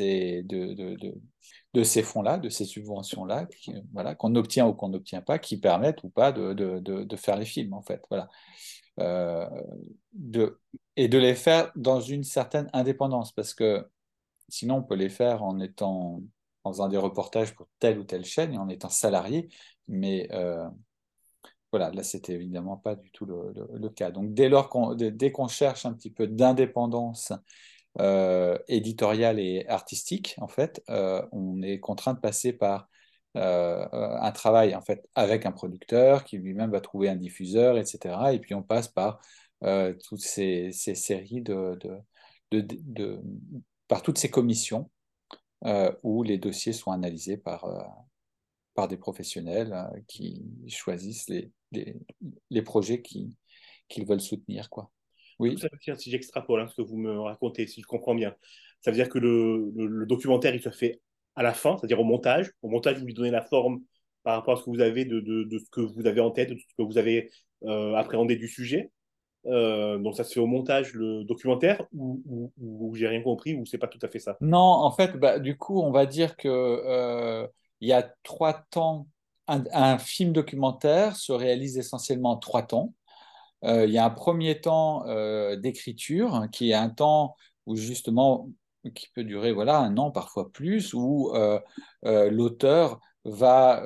de ces fonds-là, de ces subventions-là, voilà, qu'on obtient ou qu'on n'obtient pas, qui permettent ou pas de faire les films, en fait. Voilà. Euh, et de les faire dans une certaine indépendance, parce que sinon, on peut les faire en faisant des reportages pour telle ou telle chaîne et en étant salarié, mais voilà, là, c'était évidemment pas du tout le cas. Donc, dès qu'on cherche un petit peu d'indépendance éditoriale et artistique, en fait, on est contraint de passer par un travail en fait avec un producteur qui lui-même va trouver un diffuseur, etc. Et puis on passe par toutes ces séries de- par toutes ces commissions où les dossiers sont analysés par des professionnels qui choisissent les projets qu'ils veulent soutenir, quoi. Donc, Oui. ça veut dire, si j'extrapole ce que vous me racontez, si je comprends bien, ça veut dire que le documentaire, il se fait à la fin, c'est-à-dire au montage. Au montage, vous lui donnez la forme par rapport à ce que vous avez, de ce que vous avez en tête, de ce que vous avez appréhendé du sujet. Donc, ça se fait au montage, le documentaire, ou j'ai rien compris, ou c'est pas tout à fait ça. Non, en fait, bah, du coup, on va dire que il y a 3 temps. Un film documentaire se réalise essentiellement en 3 temps. Il y a un premier temps d'écriture, hein, qui est un temps où justement, qui peut durer voilà, 1 an, parfois plus, où l'auteur va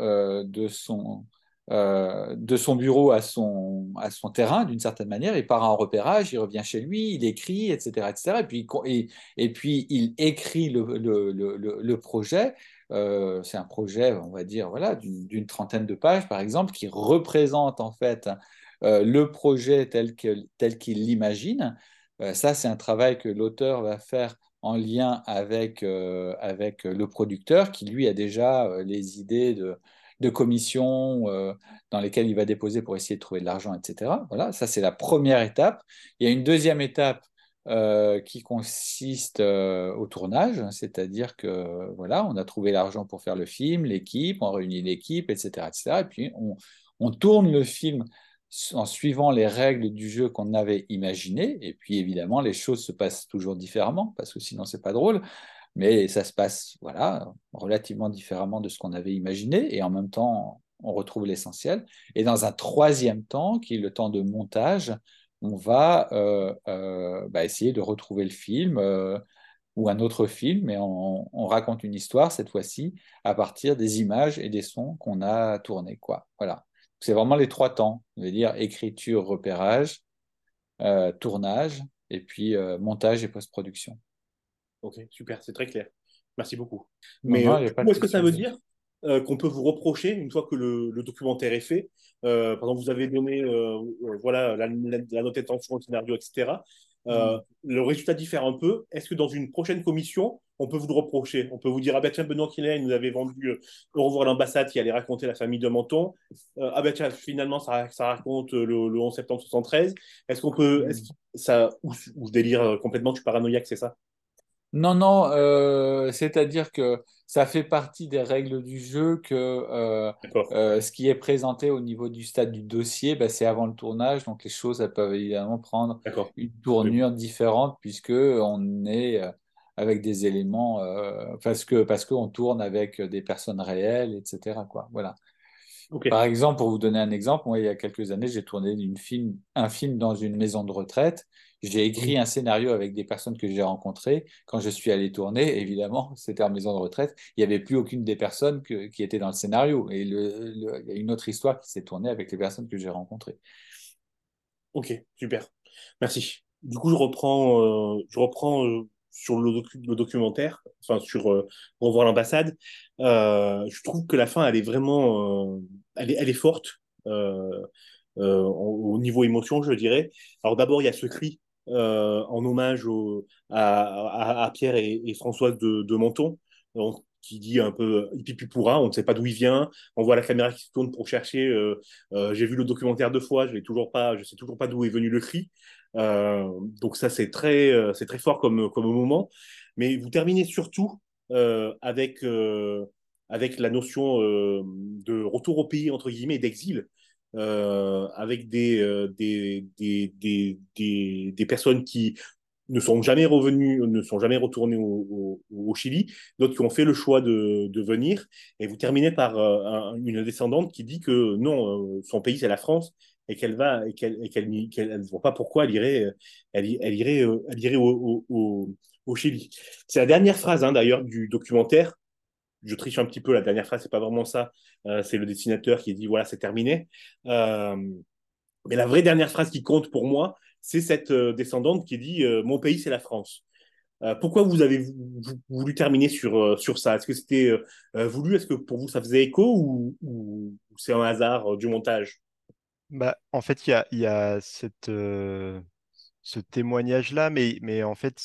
de son bureau à son terrain, d'une certaine manière, il part en repérage, il revient chez lui, il écrit, etc. etc. Et puis il écrit le projet. C'est un projet, on va dire, voilà, d'une trentaine de pages, par exemple, qui représente en fait le projet tel qu'il l'imagine. Ça, c'est un travail que l'auteur va faire en lien avec le producteur qui, lui, a déjà les idées de commission dans lesquelles il va déposer pour essayer de trouver de l'argent, etc. Voilà, ça, c'est la première étape. Il y a une deuxième étape qui consiste au tournage, c'est-à-dire que voilà, on a trouvé l'argent pour faire le film, l'équipe, on réunit l'équipe, etc., etc. Et puis on tourne le film en suivant les règles du jeu qu'on avait imaginé. Et puis évidemment, les choses se passent toujours différemment parce que sinon c'est pas drôle. Mais ça se passe voilà relativement différemment de ce qu'on avait imaginé et en même temps on retrouve l'essentiel. Et dans un troisième temps, qui est le temps de montage, on va essayer de retrouver le film ou un autre film, et on raconte une histoire cette fois-ci à partir des images et des sons qu'on a tournés, quoi. Voilà. C'est vraiment les 3 temps, je veux dire écriture, repérage, tournage, et puis montage et post-production. Ok, super, c'est très clair. Merci beaucoup. Non, Mais non, il n'y a du pas coup, de est-ce que ça question. veut dire qu'on peut vous reprocher, une fois que le documentaire est fait, par exemple, vous avez donné voilà, la note d'intention, le scénario, etc. Mm. Le résultat diffère un peu. Est-ce que dans une prochaine commission, on peut vous le reprocher? On peut vous dire, ah ben tiens, Benoît Quillet, il nous avait vendu Au revoir l'ambassade qui allait raconter la famille de Menton. Ah ben tiens, finalement, ça raconte le 11 septembre 73. Est-ce qu'on peut, est-ce Mm. que ça, ou je délire complètement, je suis paranoïaque, c'est ça? Non, non, c'est-à-dire que ça fait partie des règles du jeu que D'accord. ce qui est présenté au niveau du stade du dossier, bah, c'est avant le tournage, donc les choses elles peuvent évidemment prendre D'accord. une Oui. tournure différente puisque on est avec des éléments, parce qu'on tourne avec des personnes réelles, etc., quoi. Voilà. Ok. Par exemple, pour vous donner un exemple, moi, il y a quelques années, j'ai tourné un film dans une maison de retraite. J'ai écrit un scénario avec des personnes que j'ai rencontrées. Quand je suis allé tourner, évidemment, c'était en maison de retraite. Il n'y avait plus aucune des personnes qui étaient dans le scénario. Et il y a une autre histoire qui s'est tournée avec les personnes que j'ai rencontrées. Ok, super. Merci. Du coup, je reprends sur le documentaire, enfin sur Revoir l'ambassade. Je trouve que la fin, elle est vraiment, elle est forte au niveau émotion, je dirais. Alors d'abord, il y a ce cri en hommage à Pierre et Françoise de Menton, donc, qui dit un peu hippie-pourra, on ne sait pas d'où il vient. On voit la caméra qui se tourne pour chercher. J'ai vu le documentaire 2 fois, je sais toujours pas d'où est venu le cri. Donc ça, c'est très fort comme moment. Mais vous terminez surtout avec la notion de retour au pays, entre guillemets, d'exil, avec des personnes qui ne sont jamais revenus, ne sont jamais retournés au Chili, d'autres qui ont fait le choix de venir. Et vous terminez par une descendante qui dit que non, son pays c'est la France et qu'elle va qu'elle ne voit pas pourquoi elle irait au Chili. C'est la dernière phrase hein, d'ailleurs du documentaire. Je triche un petit peu, la dernière phrase, c'est pas vraiment ça. C'est le dessinateur qui dit voilà, c'est terminé. Euh, mais la vraie dernière phrase qui compte pour moi, c'est cette descendante qui dit mon pays, c'est la France. Pourquoi vous avez voulu terminer sur ça? Est-ce que c'était voulu? Est-ce que pour vous, ça faisait écho ou c'est un hasard du montage? Bah, en fait, il y a ce témoignage-là, mais en fait,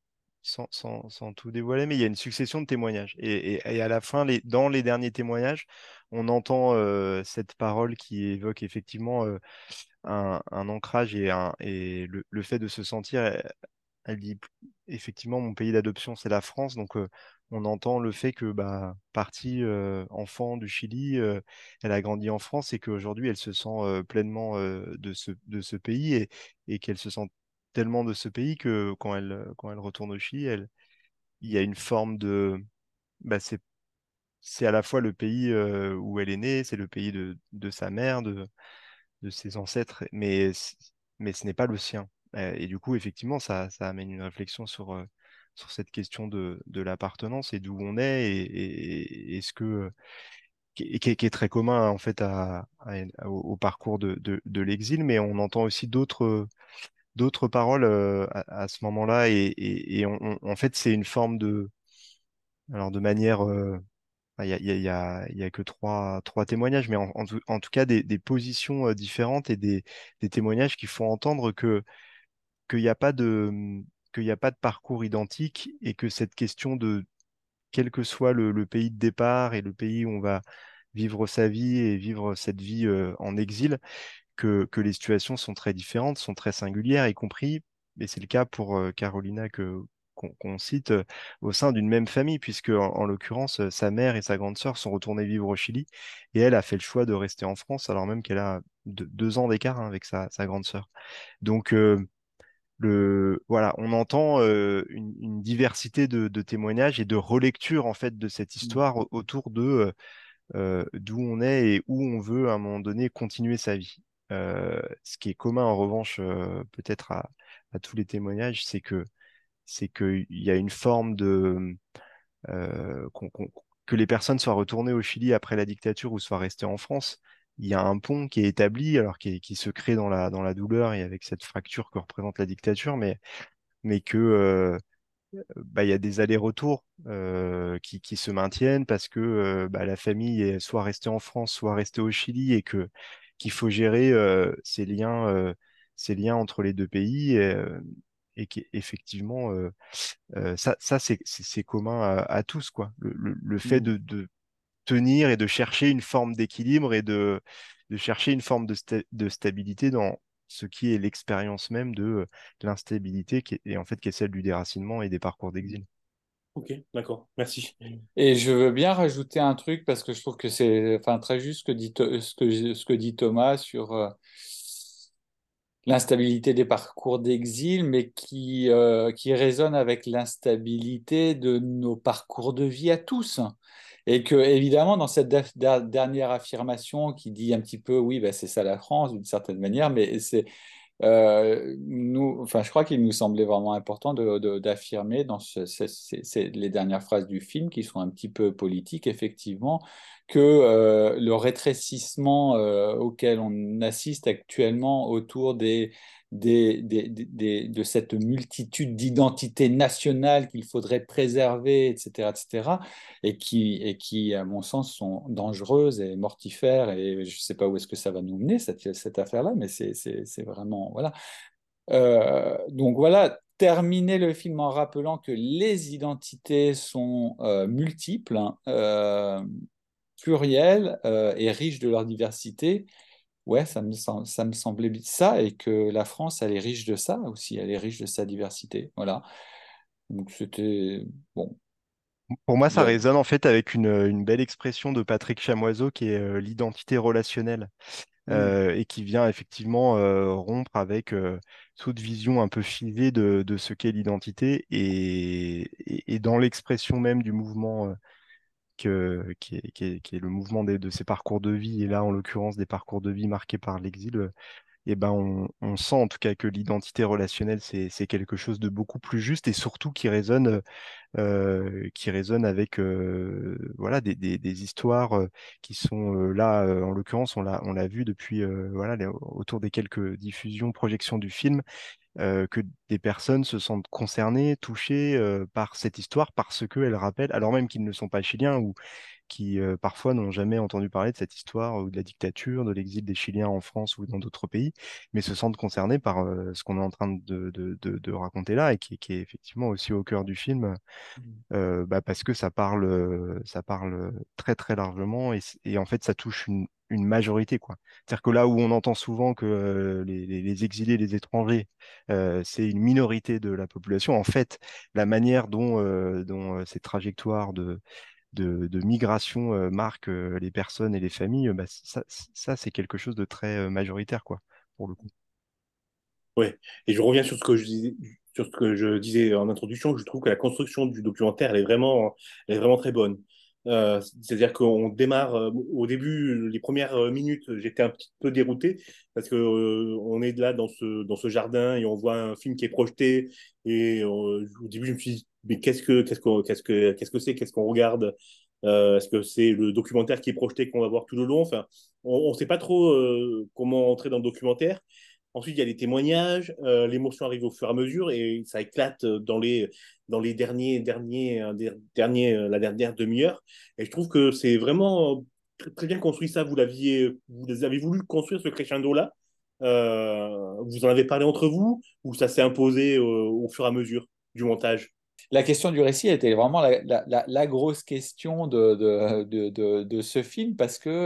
sans tout dévoiler, mais il y a une succession de témoignages. Et à la fin, dans les derniers témoignages, on entend cette parole qui évoque effectivement un ancrage et le fait de se sentir. Elle dit effectivement, mon pays d'adoption, c'est la France. Donc, on entend le fait que, bah, partie enfant du Chili, elle a grandi en France et qu'aujourd'hui, elle se sent pleinement de ce pays et qu'elle se sent tellement de ce pays que quand elle retourne au Chili, il y a une forme de. Bah, c'est à la fois le pays où elle est née, c'est le pays de sa mère, de ses ancêtres, mais ce n'est pas le sien. Et du coup, effectivement, ça amène une réflexion sur cette question de l'appartenance et d'où on est et ce que, qui est très commun en fait au parcours de l'exil, mais on entend aussi d'autres paroles à ce moment-là et en fait, c'est une forme alors de manière il y a que trois témoignages, mais en tout cas des positions différentes et des témoignages qui font entendre qu'il n'y a pas qu'il y a pas de parcours identique et que cette question de quel que soit le pays de départ et le pays où on va vivre sa vie et vivre cette vie en exil, que les situations sont très différentes, sont très singulières, y compris, et c'est le cas pour Carolina qu'on cite, au sein d'une même famille, puisque en l'occurrence, sa mère et sa grande sœur sont retournées vivre au Chili, et elle a fait le choix de rester en France, alors même qu'elle a 2 ans d'écart hein, avec sa grande sœur. Donc, voilà, on entend une diversité de témoignages et de relectures en fait de cette histoire autour de d'où on est et où on veut à un moment donné continuer sa vie. Ce qui est commun en revanche peut-être à tous les témoignages, c'est qu'il y a une forme de que les personnes soient retournées au Chili après la dictature ou soient restées en France. Il y a un pont qui est établi, alors qui se crée dans la douleur et avec cette fracture que représente la dictature, mais que bah, il y a des allers-retours qui se maintiennent parce que bah, la famille est soit restée en France, soit restée au Chili et qu'il faut gérer ces liens entre les deux pays et qu'effectivement ça c'est commun à tous quoi. Le fait de tenir et de chercher une forme d'équilibre et de chercher une forme de stabilité dans ce qui est l'expérience même de l'instabilité et en fait qui est celle du déracinement et des parcours d'exil. Ok, d'accord, merci. Et je veux bien rajouter un truc parce que je trouve que c'est enfin, très juste ce que dit Thomas sur l'instabilité des parcours d'exil, mais qui résonne avec l'instabilité de nos parcours de vie à tous. Et que, évidemment, dans cette dernière affirmation qui dit un petit peu, oui, bah, c'est ça la France, d'une certaine manière, mais enfin, je crois qu'il nous semblait vraiment important d'affirmer dans les dernières phrases du film, qui sont un petit peu politiques, effectivement, que le rétrécissement auquel on assiste actuellement autour de cette multitude d'identités nationales qu'il faudrait préserver, etc., etc., et qui, à mon sens, sont dangereuses et mortifères, et je ne sais pas où est-ce que ça va nous mener, cette affaire-là, mais c'est vraiment... Voilà. Donc voilà, terminer le film en rappelant que les identités sont multiples, hein, plurielles et riches de leur diversité, ouais, ça me semblait ça, et que la France, elle est riche de ça aussi, elle est riche de sa diversité. Voilà. Donc c'était bon. Pour moi, Il y ça a- résonne en fait avec une belle expression de Patrick Chamoiseau qui est l'identité relationnelle Hmm. et qui vient effectivement rompre avec toute vision un peu figée de ce qu'est l'identité et dans l'expression même du mouvement qui est le mouvement de ces parcours de vie, et là en l'occurrence des parcours de vie marqués par l'exil, eh ben on sent en tout cas que l'identité relationnelle, c'est quelque chose de beaucoup plus juste et surtout qui résonne avec voilà, des histoires qui sont là, en l'occurrence, on l'a vu depuis voilà, autour des quelques diffusions, projections du film, que des personnes se sentent concernées, touchées par cette histoire parce qu'elle rappelle, alors même qu'ils ne sont pas chiliens ou qui parfois n'ont jamais entendu parler de cette histoire ou de la dictature, de l'exil des Chiliens en France ou dans d'autres pays, mais se sentent concernés par ce qu'on est en train de raconter là et qui est effectivement aussi au cœur du film, bah, parce que ça parle très très largement et en fait ça touche une majorité, quoi. C'est-à-dire que là où on entend souvent que les exilés, les étrangers, c'est une minorité de la population, en fait, la manière dont ces trajectoires de migration marquent les personnes et les familles, bah, ça c'est quelque chose de très majoritaire, quoi, pour le coup. Ouais. Et je reviens sur ce que je disais en introduction. Je trouve que la construction du documentaire, elle est vraiment très bonne. C'est-à-dire qu'on démarre au début, les premières minutes, j'étais un petit peu dérouté parce que on est là dans ce jardin et on voit un film qui est projeté. Et au début, je me suis dit, mais qu'est-ce qu'on regarde? Est-ce que c'est le documentaire qui est projeté qu'on va voir tout le long? Enfin, on ne sait pas trop comment entrer dans le documentaire. Ensuite, il y a les témoignages, l'émotion arrive au fur et à mesure et ça éclate dans les la dernière demi-heure. Et je trouve que c'est vraiment très, très bien construit ça. Vous avez voulu construire ce crescendo-là. Vous en avez parlé entre vous ou ça s'est imposé au fur et à mesure du montage? La question du récit était vraiment la grosse question de ce film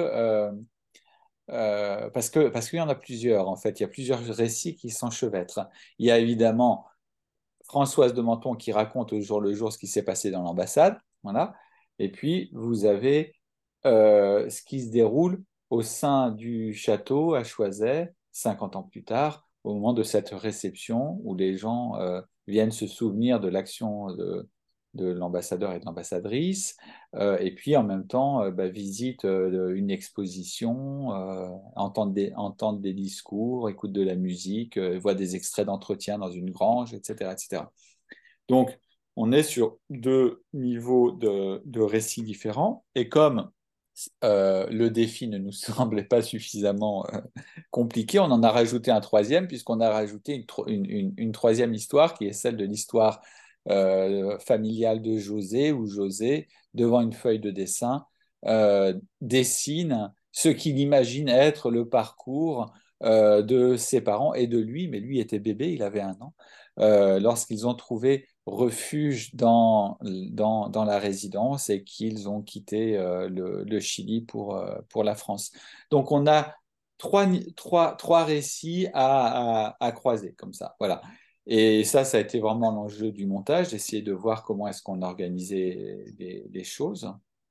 parce qu'il y en a plusieurs, en fait. Il y a plusieurs récits qui s'enchevêtrent. Il y a évidemment Françoise de Menton qui raconte au jour le jour ce qui s'est passé dans l'ambassade. Voilà. Et puis, vous avez ce qui se déroule au sein du château à Choiset, 50 ans plus tard, au moment de cette réception où les gens viennent se souvenir de l'action de l'ambassadeur et de l'ambassadrice, et puis en même temps visitent une exposition, entendent des discours, écoutent de la musique, voient des extraits d'entretien dans une grange, etc., etc. Donc, on est sur deux niveaux de récits différents, et comme le défi ne nous semblait pas suffisamment compliqué, on en a rajouté un troisième, puisqu'on a rajouté une troisième histoire, qui est celle de l'histoire familiale de José, où José, devant une feuille de dessin, dessine ce qu'il imagine être le parcours de ses parents et de lui, mais lui était bébé, il avait 1 an, lorsqu'ils ont trouvé refuge dans la résidence et qu'ils ont quitté le Chili pour la France. Donc on a trois récits à croiser comme ça. Voilà. Et ça a été vraiment l'enjeu du montage, d'essayer de voir comment est-ce qu'on organisait les choses.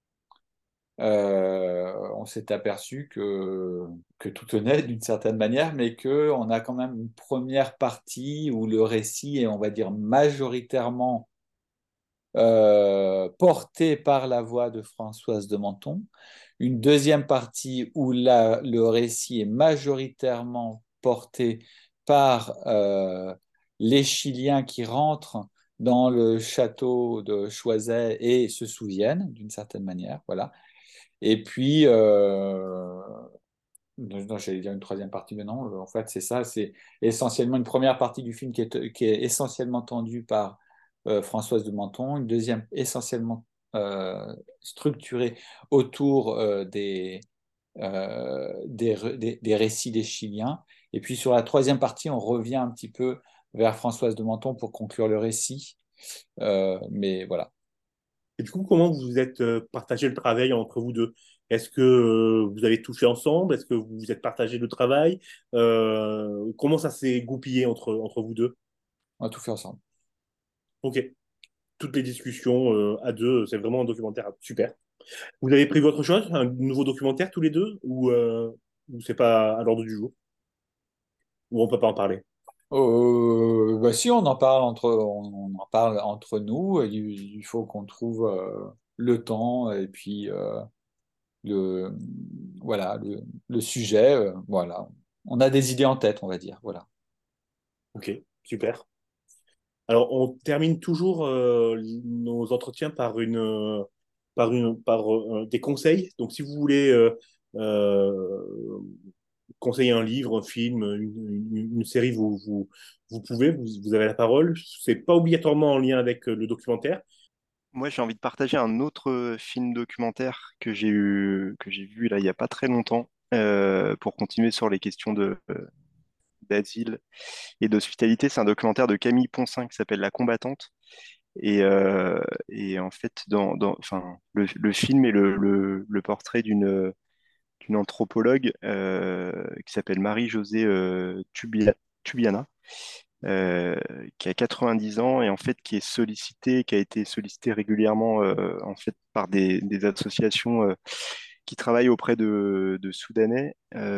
On s'est aperçu que tout tenait d'une certaine manière, mais qu'on a quand même une première partie où le récit est, on va dire, majoritairement porté par la voix de Françoise de Menton, une deuxième partie où le récit est majoritairement porté par les Chiliens qui rentrent dans le château de Choiset et se souviennent d'une certaine manière, voilà. Et puis, non, j'allais dire une troisième partie, mais non, en fait, c'est ça, c'est essentiellement une première partie du film qui est essentiellement tendue par Françoise de Menton, une deuxième essentiellement structurée autour des récits des Chiliens. Et puis sur la troisième partie, on revient un petit peu vers Françoise de Menton pour conclure le récit. Mais voilà. Et du coup, comment vous êtes partagé le travail entre vous deux? Est-ce que vous avez tout fait ensemble? Est-ce que vous vous êtes partagé le travail? Comment ça s'est goupillé entre vous deux? On a tout fait ensemble. Ok. Toutes les discussions à deux, c'est vraiment un documentaire super. Vous avez prévu autre chose? Un nouveau documentaire tous les deux? Ou c'est pas à l'ordre du jour? Ou on peut pas en parler? Bah si on en parle entre nous, il faut qu'on trouve le temps et puis le, voilà, le sujet. Voilà. On a des idées en tête, on va dire. Voilà. Ok, super. Alors, on termine toujours nos entretiens par des conseils. Donc, si vous voulez conseiller un livre, un film, une série, vous pouvez, vous avez la parole. C'est pas obligatoirement en lien avec le documentaire. Moi, j'ai envie de partager un autre film documentaire que j'ai vu là il y a pas très longtemps, pour continuer sur les questions d'asile et d'hospitalité. C'est un documentaire de Camille Ponsin qui s'appelle La Combattante. Et en fait, enfin, le film est le portrait d'une anthropologue qui s'appelle Marie-Josée Tubiana, euh, qui a 90 ans et en fait qui a été sollicitée régulièrement en fait par des associations qui travaillent auprès de Soudanais,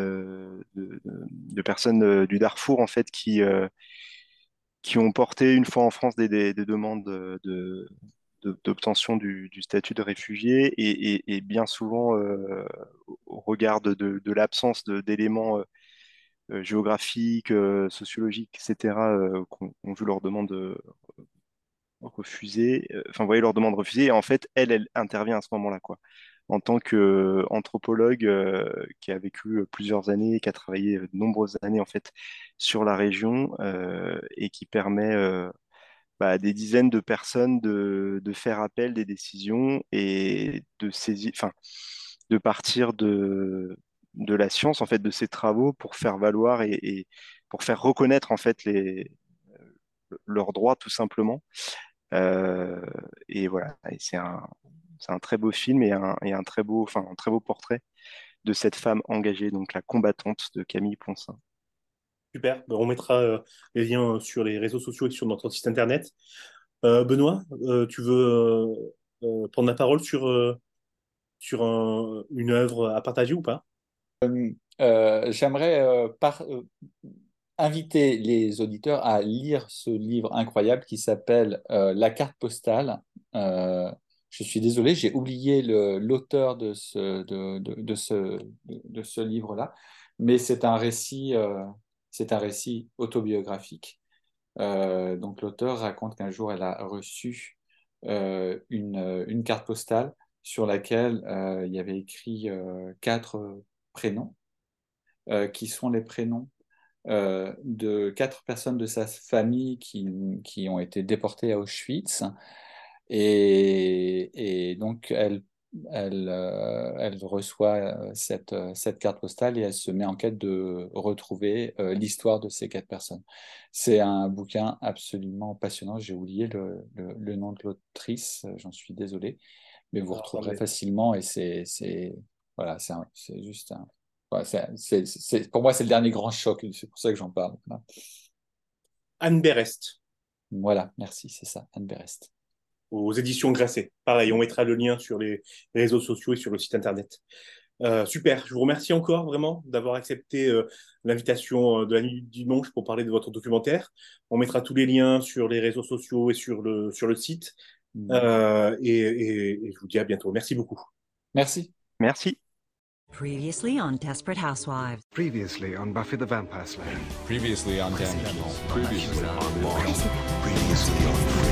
de personnes du Darfour en fait qui ont porté une fois en France des demandes d'obtention du statut de réfugié et bien souvent au regard de l'absence d'éléments géographiques, sociologiques, etc., qu'on vu leur demande refusée, enfin, vous voyez, leur demande refusée, et en fait, elle intervient à ce moment-là, quoi. En tant qu'anthropologue qui a vécu plusieurs années, qui a travaillé de nombreuses années, en fait, sur la région, et qui permet à des dizaines de personnes de faire appel des décisions et de saisir, enfin, de partir de la science, en fait, de ces travaux pour faire valoir et pour faire reconnaître, en fait, leurs droits, tout simplement. Euh, et voilà, et c'est un très beau film et un très beau, enfin, un très beau portrait de cette femme engagée, donc la combattante de Camille Ponsin. Super. Ben, on mettra les liens sur les réseaux sociaux et sur notre site internet. Benoît, tu veux prendre la parole sur une œuvre à partager ou pas? J'aimerais inviter les auditeurs à lire ce livre incroyable qui s'appelle La carte postale. Je suis désolé, j'ai oublié l'auteur de ce livre-là, mais c'est un récit autobiographique. Donc l'auteur raconte qu'un jour elle a reçu une carte postale sur laquelle il y avait écrit 4 prénoms, qui sont les prénoms de 4 personnes de sa famille qui ont été déportées à Auschwitz. Et donc, elle reçoit cette carte postale et elle se met en quête de retrouver l'histoire de ces 4 personnes. C'est un bouquin absolument passionnant. J'ai oublié le nom de l'autrice, j'en suis désolé, mais vous retrouverez facilement et voilà, c'est juste un. Ouais, pour moi, c'est le dernier grand choc, c'est pour ça que j'en parle. Anne Berest. Voilà, merci, c'est ça, Anne Berest. Aux éditions Grasset. Pareil, on mettra le lien sur les réseaux sociaux et sur le site internet. Super, je vous remercie encore vraiment d'avoir accepté l'invitation de la nuit du dimanche pour parler de votre documentaire. On mettra tous les liens sur les réseaux sociaux et sur le site. Et je vous dis à bientôt. Merci beaucoup. Merci. Merci. Previously on Desperate Housewives. Previously on Buffy the Vampire Slayer. Previously on Damage. Previously on